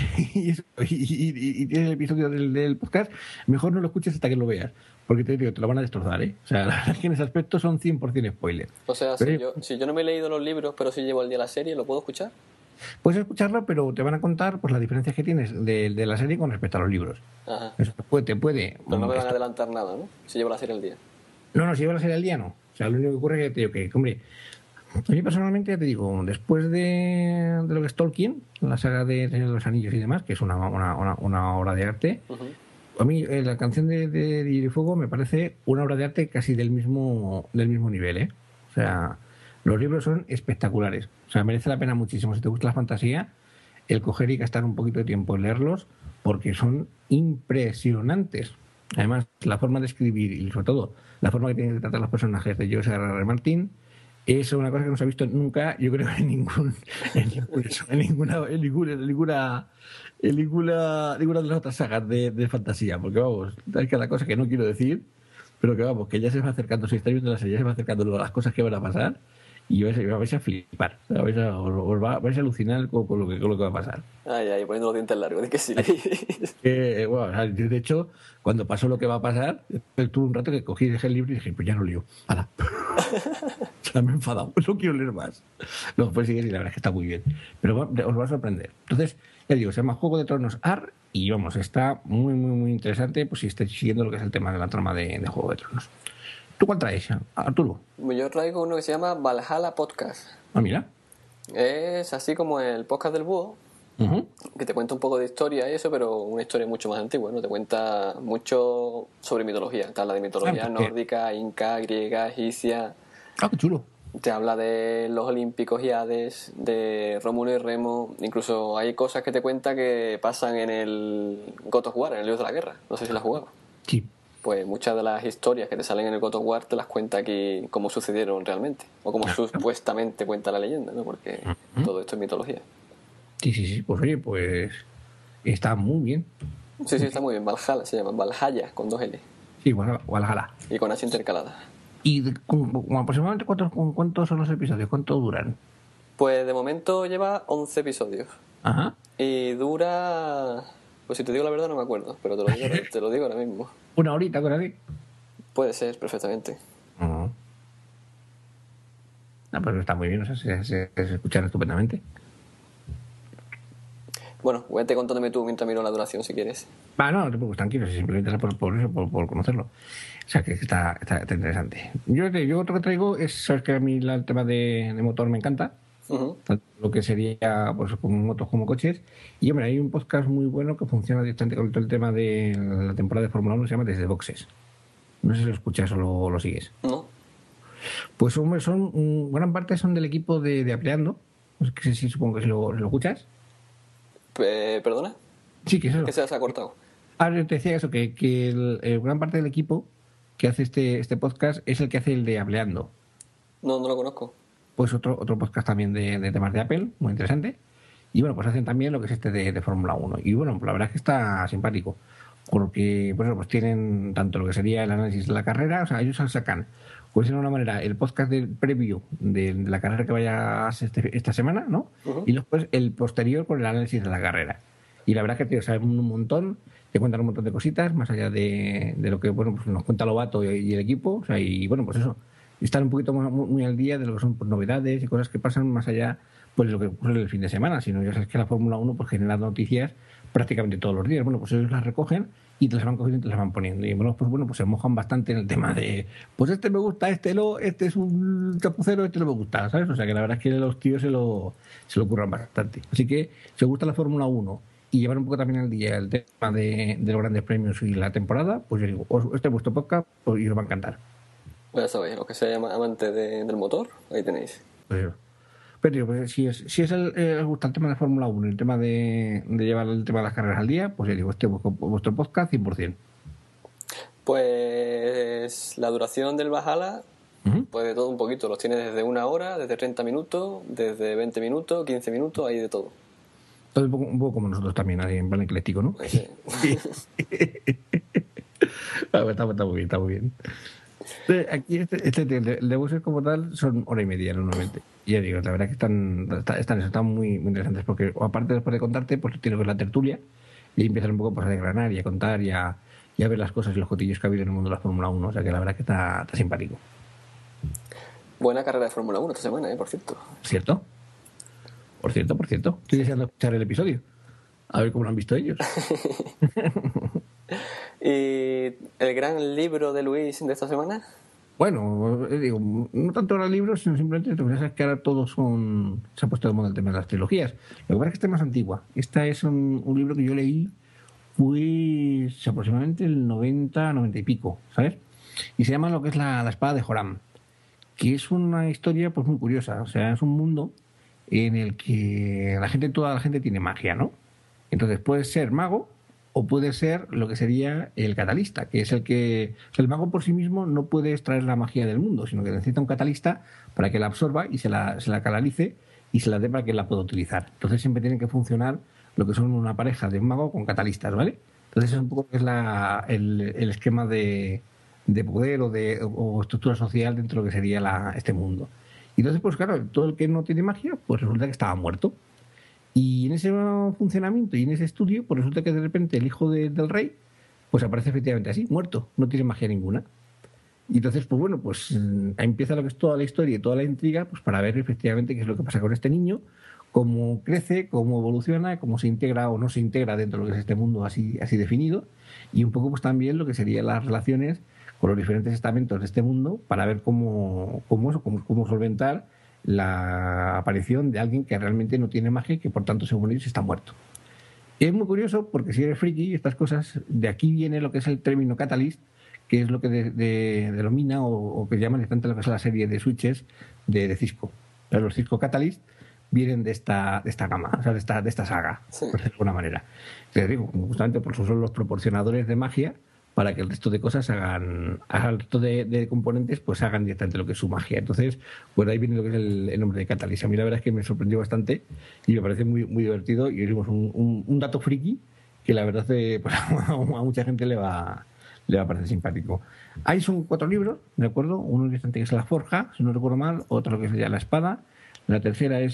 tienes el episodio del podcast, mejor no lo escuches hasta que lo veas, porque te digo, te lo van a destrozar, ¿eh? O sea, la verdad es que en ese aspecto son 100% spoiler. O sea, si yo no me he leído los libros, pero si llevo al día la serie, ¿lo puedo escuchar? Puedes escucharlo, pero te van a contar pues las diferencias que tienes de la serie con respecto a los libros. Ajá. Eso te puede. Pero no me van a adelantar nada, ¿no? Si llevo la serie al día. No, si lleva la serie al día, no. O sea, lo único que ocurre es que te digo que, hombre, a mí personalmente, ya te digo, después de lo que es Tolkien, la saga de Señor de los Anillos y demás, que es una obra de arte, a mí la canción de Hielo y Fuego me parece una obra de arte casi del mismo nivel, ¿eh? O sea, los libros son espectaculares. O sea, merece la pena muchísimo. Si te gusta la fantasía, el coger y gastar un poquito de tiempo en leerlos, porque son impresionantes. Además, la forma de escribir y sobre todo la forma que tienen de tratar los personajes de George R.R. Martin es una cosa que no se ha visto nunca, yo creo, en ninguna de las otras sagas de fantasía, porque vamos, hay cada cosa que no quiero decir, pero que vamos, que ya se va acercando, si estáis viendo la serie, ya se va acercando las cosas que van a pasar y vais a flipar, vais a alucinar con lo que va a pasar. Ay, poniendo los dientes largos, de que sí. Bueno, de hecho, cuando pasó lo que va a pasar, tuve un rato que cogí, dejé el libro y dije, pues ya no leo. ¡Hala! O sea, me he enfadado, no quiero leer más. Luego pues sigue y la verdad es que está muy bien. Pero os va a sorprender. Entonces, ya digo, se llama Juego de Tronos AR y vamos, está muy interesante pues si estáis siguiendo lo que es el tema de la trama de Juego de Tronos. ¿Tú cuál traes, Arturo? Yo traigo uno que se llama Valhalla Podcast. Ah, mira. Es así como el podcast del búho, que te cuenta un poco de historia y eso, pero una historia mucho más antigua, ¿no? Te cuenta mucho sobre mitología. Te habla de mitología nórdica, inca, griega, egipcia. Ah, qué chulo. Te habla de los olímpicos y Hades, de Rómulo y Remo. Incluso hay cosas que te cuenta que pasan en el God of War, en el Dios de la Guerra. No sé si la has jugado. Sí. Pues muchas de las historias que te salen en el God of War te las cuenta aquí cómo sucedieron realmente, o como supuestamente cuenta la leyenda, ¿no? Porque todo esto es mitología. Sí, pues oye, pues está muy bien. Sí, está muy bien. Valhalla se llama, Valhalla con 2 L. Sí, Valhalla. Y con H intercalada. ¿Y aproximadamente cuántos son los episodios? ¿Cuánto duran? Pues de momento lleva 11 episodios. Ajá. Y dura... Pues si te digo la verdad no me acuerdo, pero te lo digo ahora mismo. ¿Una horita con así? Puede ser, perfectamente. No, pero está muy bien, o sea, se escuchan estupendamente. Bueno, vete contándome tú mientras miro la duración si quieres. No, no te preocupes, tranquilo, si simplemente era por eso, por conocerlo. O sea, que está interesante. Yo otro que traigo es, sabes que a mí el tema de motor me encanta, Ujú. tanto lo que sería pues como motos como coches. Y hombre, hay un podcast muy bueno que funciona directamente con todo el tema de la temporada de Fórmula 1, se llama Desde Boxes. No sé si lo escuchas o lo sigues. ¿No? Pues hombre, gran parte son del equipo de Apleando. Pues que sí, supongo que si lo escuchas. ¿Perdona? Sí, que es Que eso. se ha cortado. Yo te decía eso, que gran parte del equipo que hace este podcast es el que hace el de Apleando. No, no lo conozco. Pues otro podcast también de temas de Apple, muy interesante. Y bueno, pues hacen también lo que es este de Fórmula 1. Y bueno, pues la verdad es que está simpático. Porque, pues tienen tanto lo que sería el análisis de la carrera, o sea, ellos sacan, pues de una manera, el podcast del previo de la carrera que vaya a ser esta semana, ¿no? Ujú. Y después el posterior con el análisis de la carrera. Y la verdad es que te saben un montón, te cuentan un montón de cositas, más allá de lo que, bueno, pues nos cuenta Lobato y el equipo, o sea, y bueno, pues eso, están un poquito muy al día de lo que son pues, novedades y cosas que pasan más allá pues de lo que ocurre el fin de semana, sino ya sabes que la Fórmula 1 pues genera noticias prácticamente todos los días. Bueno, pues ellos las recogen y te las van cogiendo y te las van poniendo. Y pues se mojan bastante en el tema de, pues este me gusta, este no, este es un chapucero, este no me gusta, ¿sabes? O sea que la verdad es que los tíos se lo curran bastante. Así que si os gusta la Fórmula 1 y llevar un poco también al día el tema de los grandes premios y la temporada, pues yo digo, este es vuestro podcast pues, y os va a encantar. Ya sabéis, los que sean amantes del motor, ahí tenéis. Pues, pero digo, pues, si es os gusta el tema de Fórmula 1 el tema de llevar el tema de las carreras al día, pues ya digo, este es vuestro podcast 100%. Pues la duración del Valhalla, Uh-huh. pues de todo un poquito. Los tiene desde 1 hora, desde 30 minutos, desde 20 minutos, 15 minutos, hay de todo. Entonces, un poco como nosotros también, ahí en plan ecléctico, ¿no? Sí. Está muy bien, está muy bien. Aquí el de buses como tal son hora y media normalmente. Y ya digo, la verdad que están muy interesantes porque aparte después de contarte, pues tienes que ver la tertulia y empiezan un poco pues, a desgranar y a contar y a ver las cosas y los cotillos que ha habido en el mundo de la Fórmula 1. O sea que la verdad que está simpático. Buena carrera de Fórmula 1 esta semana, por cierto. ¿Cierto? Por cierto. Estoy deseando escuchar el episodio. A ver cómo lo han visto ellos. ¿Y el gran libro de Luis de esta semana? Bueno, digo, no tanto ahora libros, sino simplemente lo que pasa es que ahora todos se ha puesto de moda el tema de las trilogías. Lo que pasa es que esta es más antigua. Esta es un libro que yo leí, pues aproximadamente el 90 y pico, ¿sabes? Y se llama lo que es la espada de Joram, que es una historia pues muy curiosa. O sea, es un mundo en el que toda la gente tiene magia, ¿no? Entonces puedes ser mago o puede ser lo que sería el catalista, que es el mago por sí mismo no puede extraer la magia del mundo, sino que necesita un catalista para que la absorba y se la canalice y se la dé para que la pueda utilizar. Entonces siempre tiene que funcionar lo que son una pareja de un mago con catalistas, ¿vale? Entonces es un poco que es el esquema de poder o estructura social dentro de lo que sería este mundo. Y entonces, pues claro, todo el que no tiene magia, pues resulta que estaba muerto. Y en ese funcionamiento y en ese estudio, pues resulta que de repente el hijo del rey, pues aparece efectivamente así, muerto, no tiene magia ninguna. Y entonces, pues bueno, pues ahí empieza lo que es toda la historia y toda la intriga, pues para ver efectivamente qué es lo que pasa con este niño, cómo crece, cómo evoluciona, cómo se integra o no se integra dentro de lo que es este mundo así definido, y un poco pues también lo que serían las relaciones con los diferentes estamentos de este mundo para ver cómo solventar la aparición de alguien que realmente no tiene magia y que por tanto según ellos está muerto. Y es muy curioso porque si eres friki y estas cosas, de aquí viene lo que es el término catalyst, que es lo que denomina o que llaman tanto lo que es la serie de switches de Cisco. Pero los Cisco Catalyst vienen de esta gama, o sea, de esta saga, Sí. por decirlo de alguna manera. Te digo, justamente por eso son los proporcionadores de magia para que el resto de cosas el resto de componentes pues hagan directamente lo que es su magia. Entonces, pues de ahí viene lo que es el nombre de Catalyst. A mí la verdad es que me sorprendió bastante y me parece muy, muy divertido y es un dato friki que la verdad pues, a mucha gente le va a parecer simpático. Ahí son 4 libros, ¿de acuerdo? Uno que es La Forja, si no recuerdo mal, otro que es ya La Espada, la tercera es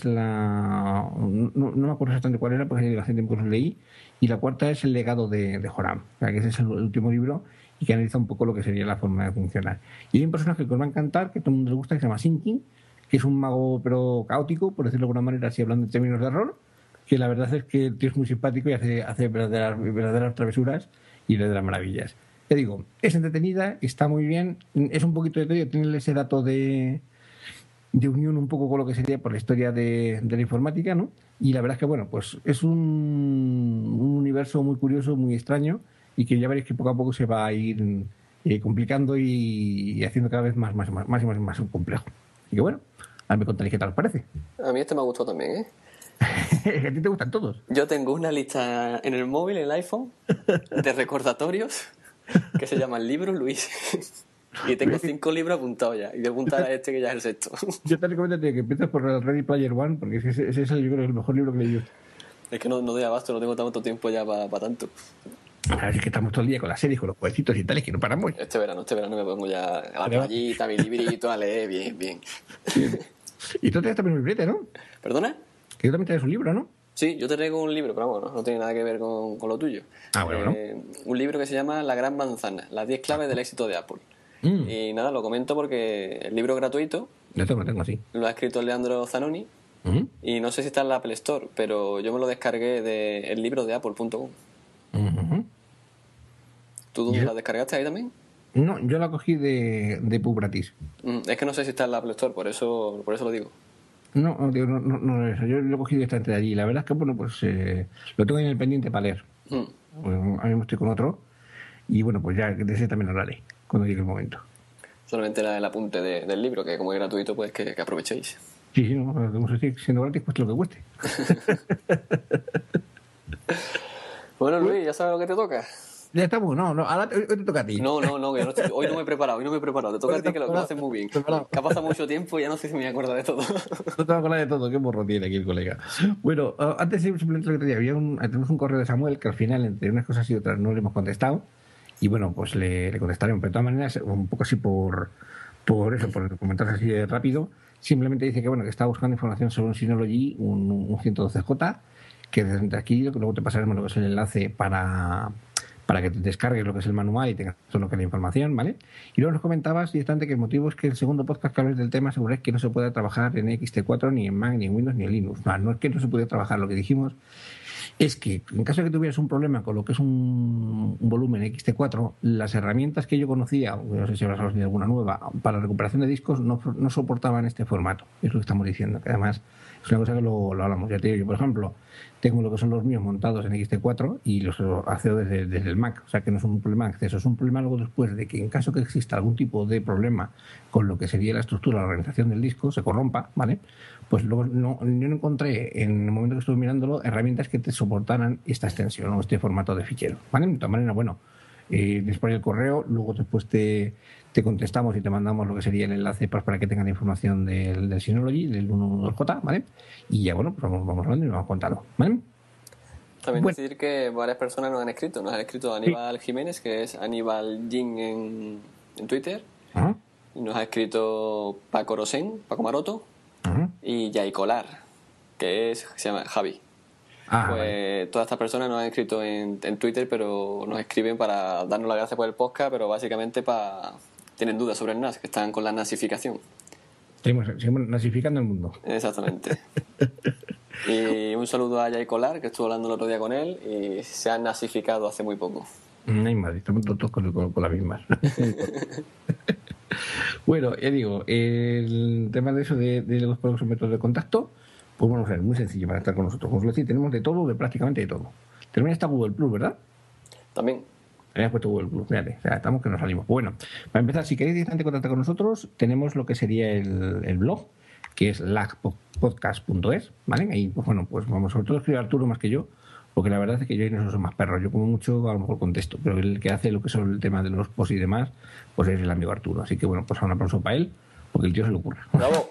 no me acuerdo exactamente cuál era porque hace tiempo que lo leí, y la cuarta es El legado de Joram, o sea, que ese es el último libro y que analiza un poco lo que sería la forma de funcionar. Y hay un personaje que os va a encantar, que a todo el mundo le gusta, que se llama Sinking, que es un mago pero caótico, por decirlo de alguna manera, así hablando en términos de rol, que la verdad es que el tío es muy simpático y hace verdaderas travesuras y verdaderas maravillas. Te digo, es entretenida, está muy bien, es un poquito de todo, tiene ese dato de unión un poco con lo que sería por la historia de la informática, ¿no? Y la verdad es que, bueno, pues es un universo muy curioso, muy extraño, y que ya veréis que poco a poco se va a ir complicando y haciendo cada vez más y más complejo. Así que bueno, ahora me contaréis qué tal os parece. A mí este me ha gustado también, ¿eh? ¿A ti te gustan todos? Yo tengo una lista en el móvil, en el iPhone, de recordatorios que se llaman Libros Luis. Y tengo 5 libros apuntados ya. Y voy a apuntar a este que ya es el sexto. Yo te recomiendo que empieces por el Ready Player One, porque ese es el, yo creo, el mejor libro que he leído. Es que no doy abasto, no tengo tanto tiempo ya para tanto. A ver, es que estamos todo el día con las series, con los jueguecitos y tales, que no paramos. Este verano me pongo ya a la playita, mi librito, a leer, bien. Y tú tienes también un librete, ¿no? ¿Perdona? Que tú también tienes un libro, ¿no? Sí, yo te traigo un libro, pero vamos, no tiene nada que ver con lo tuyo. Ah, bueno. Un libro que se llama La Gran Manzana, las 10 claves del éxito de Apple. Y nada, lo comento porque el libro es gratuito. Lo tengo, sí. Lo ha escrito Leandro Zanoni. Y no sé si está en la Apple Store, pero yo me lo descargué del libro de Apple.com. ¿Tú la descargaste ahí también? No, yo la cogí de pub gratis. Es que no sé si está en la Apple Store, por eso lo digo. No, yo lo cogí directamente de allí. La verdad es que, bueno, pues lo tengo en el pendiente para leer. Bueno, ahora mismo estoy con otro. Y bueno, pues ya de ese también hablaré cuando llegue el momento. Solamente era el apunte del libro, que como es gratuito, pues que aprovechéis. Sí, no, como se sigue siendo gratis, cueste lo que cueste. Bueno, Luis, ¿ya sabes lo que te toca? Ya estamos, ahora hoy te toca a ti. No, que hoy no me he preparado, te toca a ti, que lo haces muy bien. Que ha pasado mucho tiempo y ya no sé si me voy a acordar de todo. No te vas a acordar de todo, qué morro tiene aquí el colega. Bueno, antes simplemente lo que te decía, tenemos un correo de Samuel que al final, entre unas cosas y otras, no le hemos contestado. Y bueno, pues le contestaremos. Pero de todas maneras, un poco así por comentar así de rápido, simplemente dice que bueno, que está buscando información sobre un Synology, un 112J, que desde aquí luego te pasaremos lo que es el enlace para que te descargues lo que es el manual y tengas todo lo que es la información, ¿vale? Y luego nos comentabas directamente que el motivo es que el segundo podcast que hablas del tema seguro es que no se puede trabajar en XT4, ni en Mac, ni en Windows, ni en Linux. No es que no se puede trabajar, lo que dijimos es que en caso de que tuvieras un problema con lo que es un volumen XT4, las herramientas que yo conocía, no sé si habrás conocido alguna nueva, para recuperación de discos no soportaban este formato. Es lo que estamos diciendo, que además es una cosa que lo hablamos. Ya te digo, yo por ejemplo, tengo lo que son los míos montados en XT4 y los accedo desde el Mac, o sea que no es un problema de acceso, es un problema luego después de que en caso que exista algún tipo de problema con lo que sería la estructura, la organización del disco, se corrompa, ¿vale? Pues luego yo no encontré, en el momento que estuve mirándolo, herramientas que te soportaran esta extensión o este formato de fichero, ¿vale? De todas maneras, bueno, después el correo, luego después te contestamos y te mandamos lo que sería el enlace para que tengan la información del Synology, del 112J, ¿vale? Y ya, bueno, pues vamos hablando y vamos contando, ¿vale? También decir que varias personas nos han escrito Aníbal Jiménez, que es Aníbal Jin en Twitter, y nos ha escrito Paco Maroto, y Jai Colar, que se llama Javi. Pues todas estas personas nos han escrito en Twitter, pero nos escriben para darnos las gracias por el podcast, pero básicamente tienen dudas sobre el NAS, que están con la nasificación. Seguimos nasificando el mundo. Exactamente. Y un saludo a Jai Colar, que estuve hablando el otro día con él y se ha nasificado hace muy poco. No hay más, estamos todos con las mismas. Bueno, ya digo, el tema de eso de los métodos de contacto, pues bueno, es muy sencillo para estar con nosotros. Como os decía, tenemos de todo, de prácticamente de todo. También está Google Plus, ¿verdad? También. Habías puesto Google Plus, fíjate, o sea, estamos que nos salimos. Bueno, para empezar, si queréis directamente contactar con nosotros, tenemos lo que sería el blog, que es lagpodcast.es, ¿vale? Ahí, pues bueno, pues vamos, sobre todo escribe Arturo más que yo, porque la verdad es que yo y no soy más perros. Yo como mucho, a lo mejor contesto, pero el que hace lo que son el tema de los posts y demás, pues es el amigo Arturo. Así que bueno, pues un aplauso para él, porque el tío se le ocurre. ¡Bravo!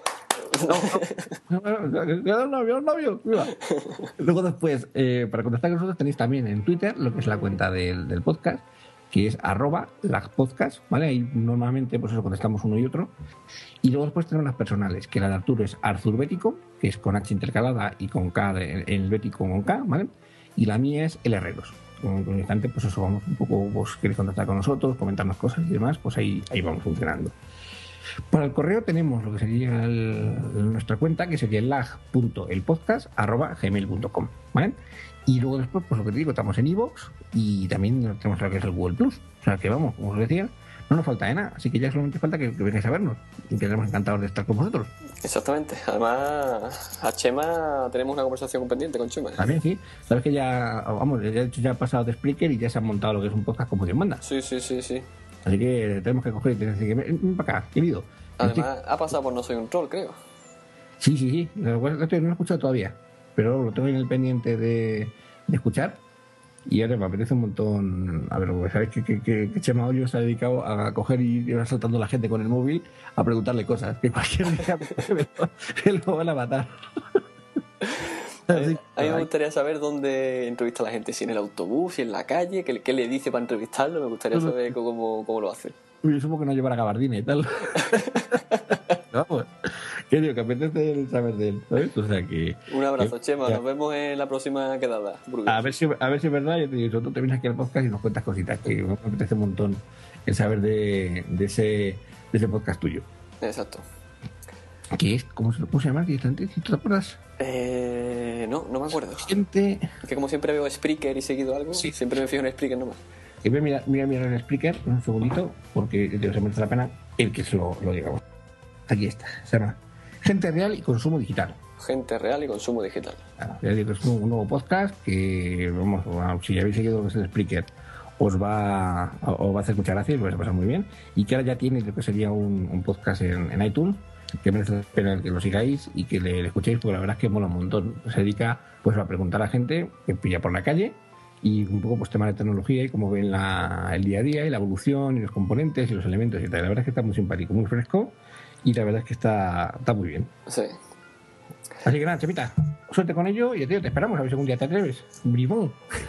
¡Novio! Luego después, para contactar con nosotros tenéis también en Twitter lo que es la cuenta del podcast, que es @lagpodcast, ¿vale? Ahí normalmente pues eso contestamos uno y otro. Y luego después tenemos las personales, que la de Arturo es Arzurbético, que es con H intercalada y con K, el bético con K, ¿vale? Y la mía es El Herreros. Con el instante, pues eso, vamos un poco, vos queréis contactar con nosotros, comentarnos cosas y demás, pues ahí vamos funcionando. Para el correo tenemos lo que sería nuestra cuenta, que sería lag.elpodcast@gmail.com, ¿vale? Y luego después, pues lo que te digo, estamos en iVoox y también tenemos lo que es el Google Plus. O sea que vamos, como os decía, no nos falta de nada. Así que ya solamente falta que vengáis a vernos. Y que estamos encantados de estar con vosotros. Exactamente. Además, a Chema tenemos una conversación pendiente con Chema. También sí. Sabes que ya, vamos, ya ha pasado de Spreaker y ya se ha montado lo que es un podcast como Dios manda. Sí. Así que tenemos que coger y decir que ven para acá, querido. Además, ha pasado por No Soy un Troll, creo. Sí. No lo he escuchado todavía. Pero lo tengo en el pendiente de escuchar. Y ahora me apetece un montón. A ver, ¿sabes que Chema Hoyo se ha dedicado a coger y ir saltando a la gente con el móvil a preguntarle cosas? Que cualquier día se lo van a matar. A mí me gustaría saber dónde entrevista a la gente, si en el autobús, si en la calle, qué le dice para entrevistarlo. Me gustaría saber cómo lo hace. Yo supongo que no llevará gabardina y tal. Vamos, que digo, que apetece el saber de él, ¿sabes? O sea que... Un abrazo, Chema, nos vemos en la próxima quedada. A ver si es verdad, yo te digo, tú te vienes aquí al podcast y nos cuentas cositas, que me apetece un montón el saber de ese podcast tuyo. Exacto. ¿Qué es? ¿Cómo se llama directamente? ¿Si te acuerdas? No me acuerdo. Gente... Es que como siempre veo Spreaker y seguido algo, sí. Siempre me fijo en Spreaker nomás. Y voy a mirar en Spreaker un segundito, porque se merece la pena el que se lo digamos. Aquí está, se llama Gente Real y Consumo Digital. Gente Real y Consumo Digital. Claro, ya digo, es un nuevo podcast que, vamos, si ya habéis seguido lo que es el Spreaker, os va a hacer muchas gracias, lo vais a pasar muy bien. Y que ahora ya tiene lo que sería un podcast en iTunes, que merece la pena que lo sigáis y que le escuchéis, porque la verdad es que mola un montón. Se dedica pues a preguntar a la gente que pilla por la calle y un poco pues temas de tecnología y cómo ven el día a día y la evolución y los componentes y los elementos y tal. La verdad es que está muy simpático, muy fresco y la verdad es que está muy bien. Sí. Así que nada, Chepita, suerte con ello y tío, te esperamos a ver si algún día te atreves. Bribón.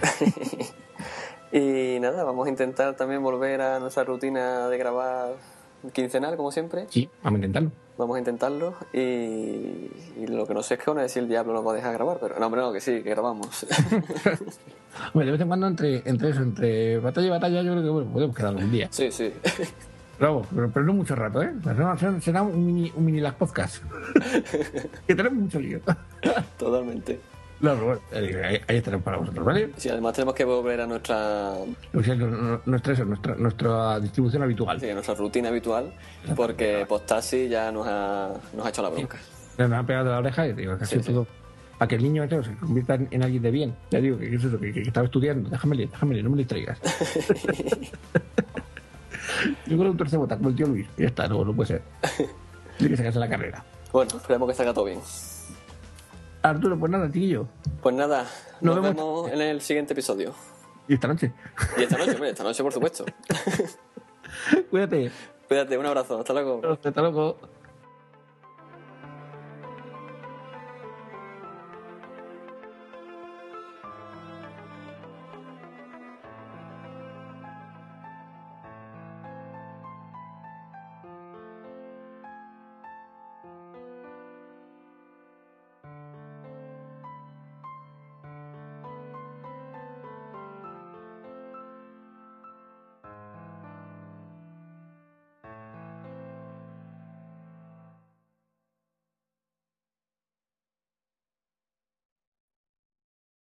Y nada, vamos a intentar también volver a nuestra rutina de grabar quincenal, como siempre. Sí, vamos a intentarlo. Vamos a intentarlo y lo que no sé es que van a decir el diablo nos va a dejar grabar, pero no, hombre, no, que sí, que grabamos. Hombre, de vez en cuando entre batalla y batalla yo creo que bueno, podemos quedar algún día. Sí. Bravo, pero no mucho rato, ¿eh? Será un mini las podcast. Que tenemos mucho lío. Totalmente. No, pero bueno, ahí estaremos para vosotros, ¿vale? Sí, además tenemos que volver a nuestra distribución habitual. Sí, a nuestra rutina habitual, porque Postaxi ya nos ha hecho la bronca. Nos han pegado la oreja y digo, casi todo. Para que el niño se convierta en alguien de bien. Ya digo, que es eso, que estaba estudiando. Déjame, no me distraigas. Yo con un tercer bota, como el tío Luis. Y ya está, no puede ser. Tiene que sacarse la carrera. Bueno, esperemos que salga todo bien. Arturo, pues nada, chiquillo. Pues nada, nos vemos en el siguiente episodio. Y esta noche. Hombre, esta noche por supuesto. Cuídate. Cuídate, un abrazo, hasta luego. Hasta luego.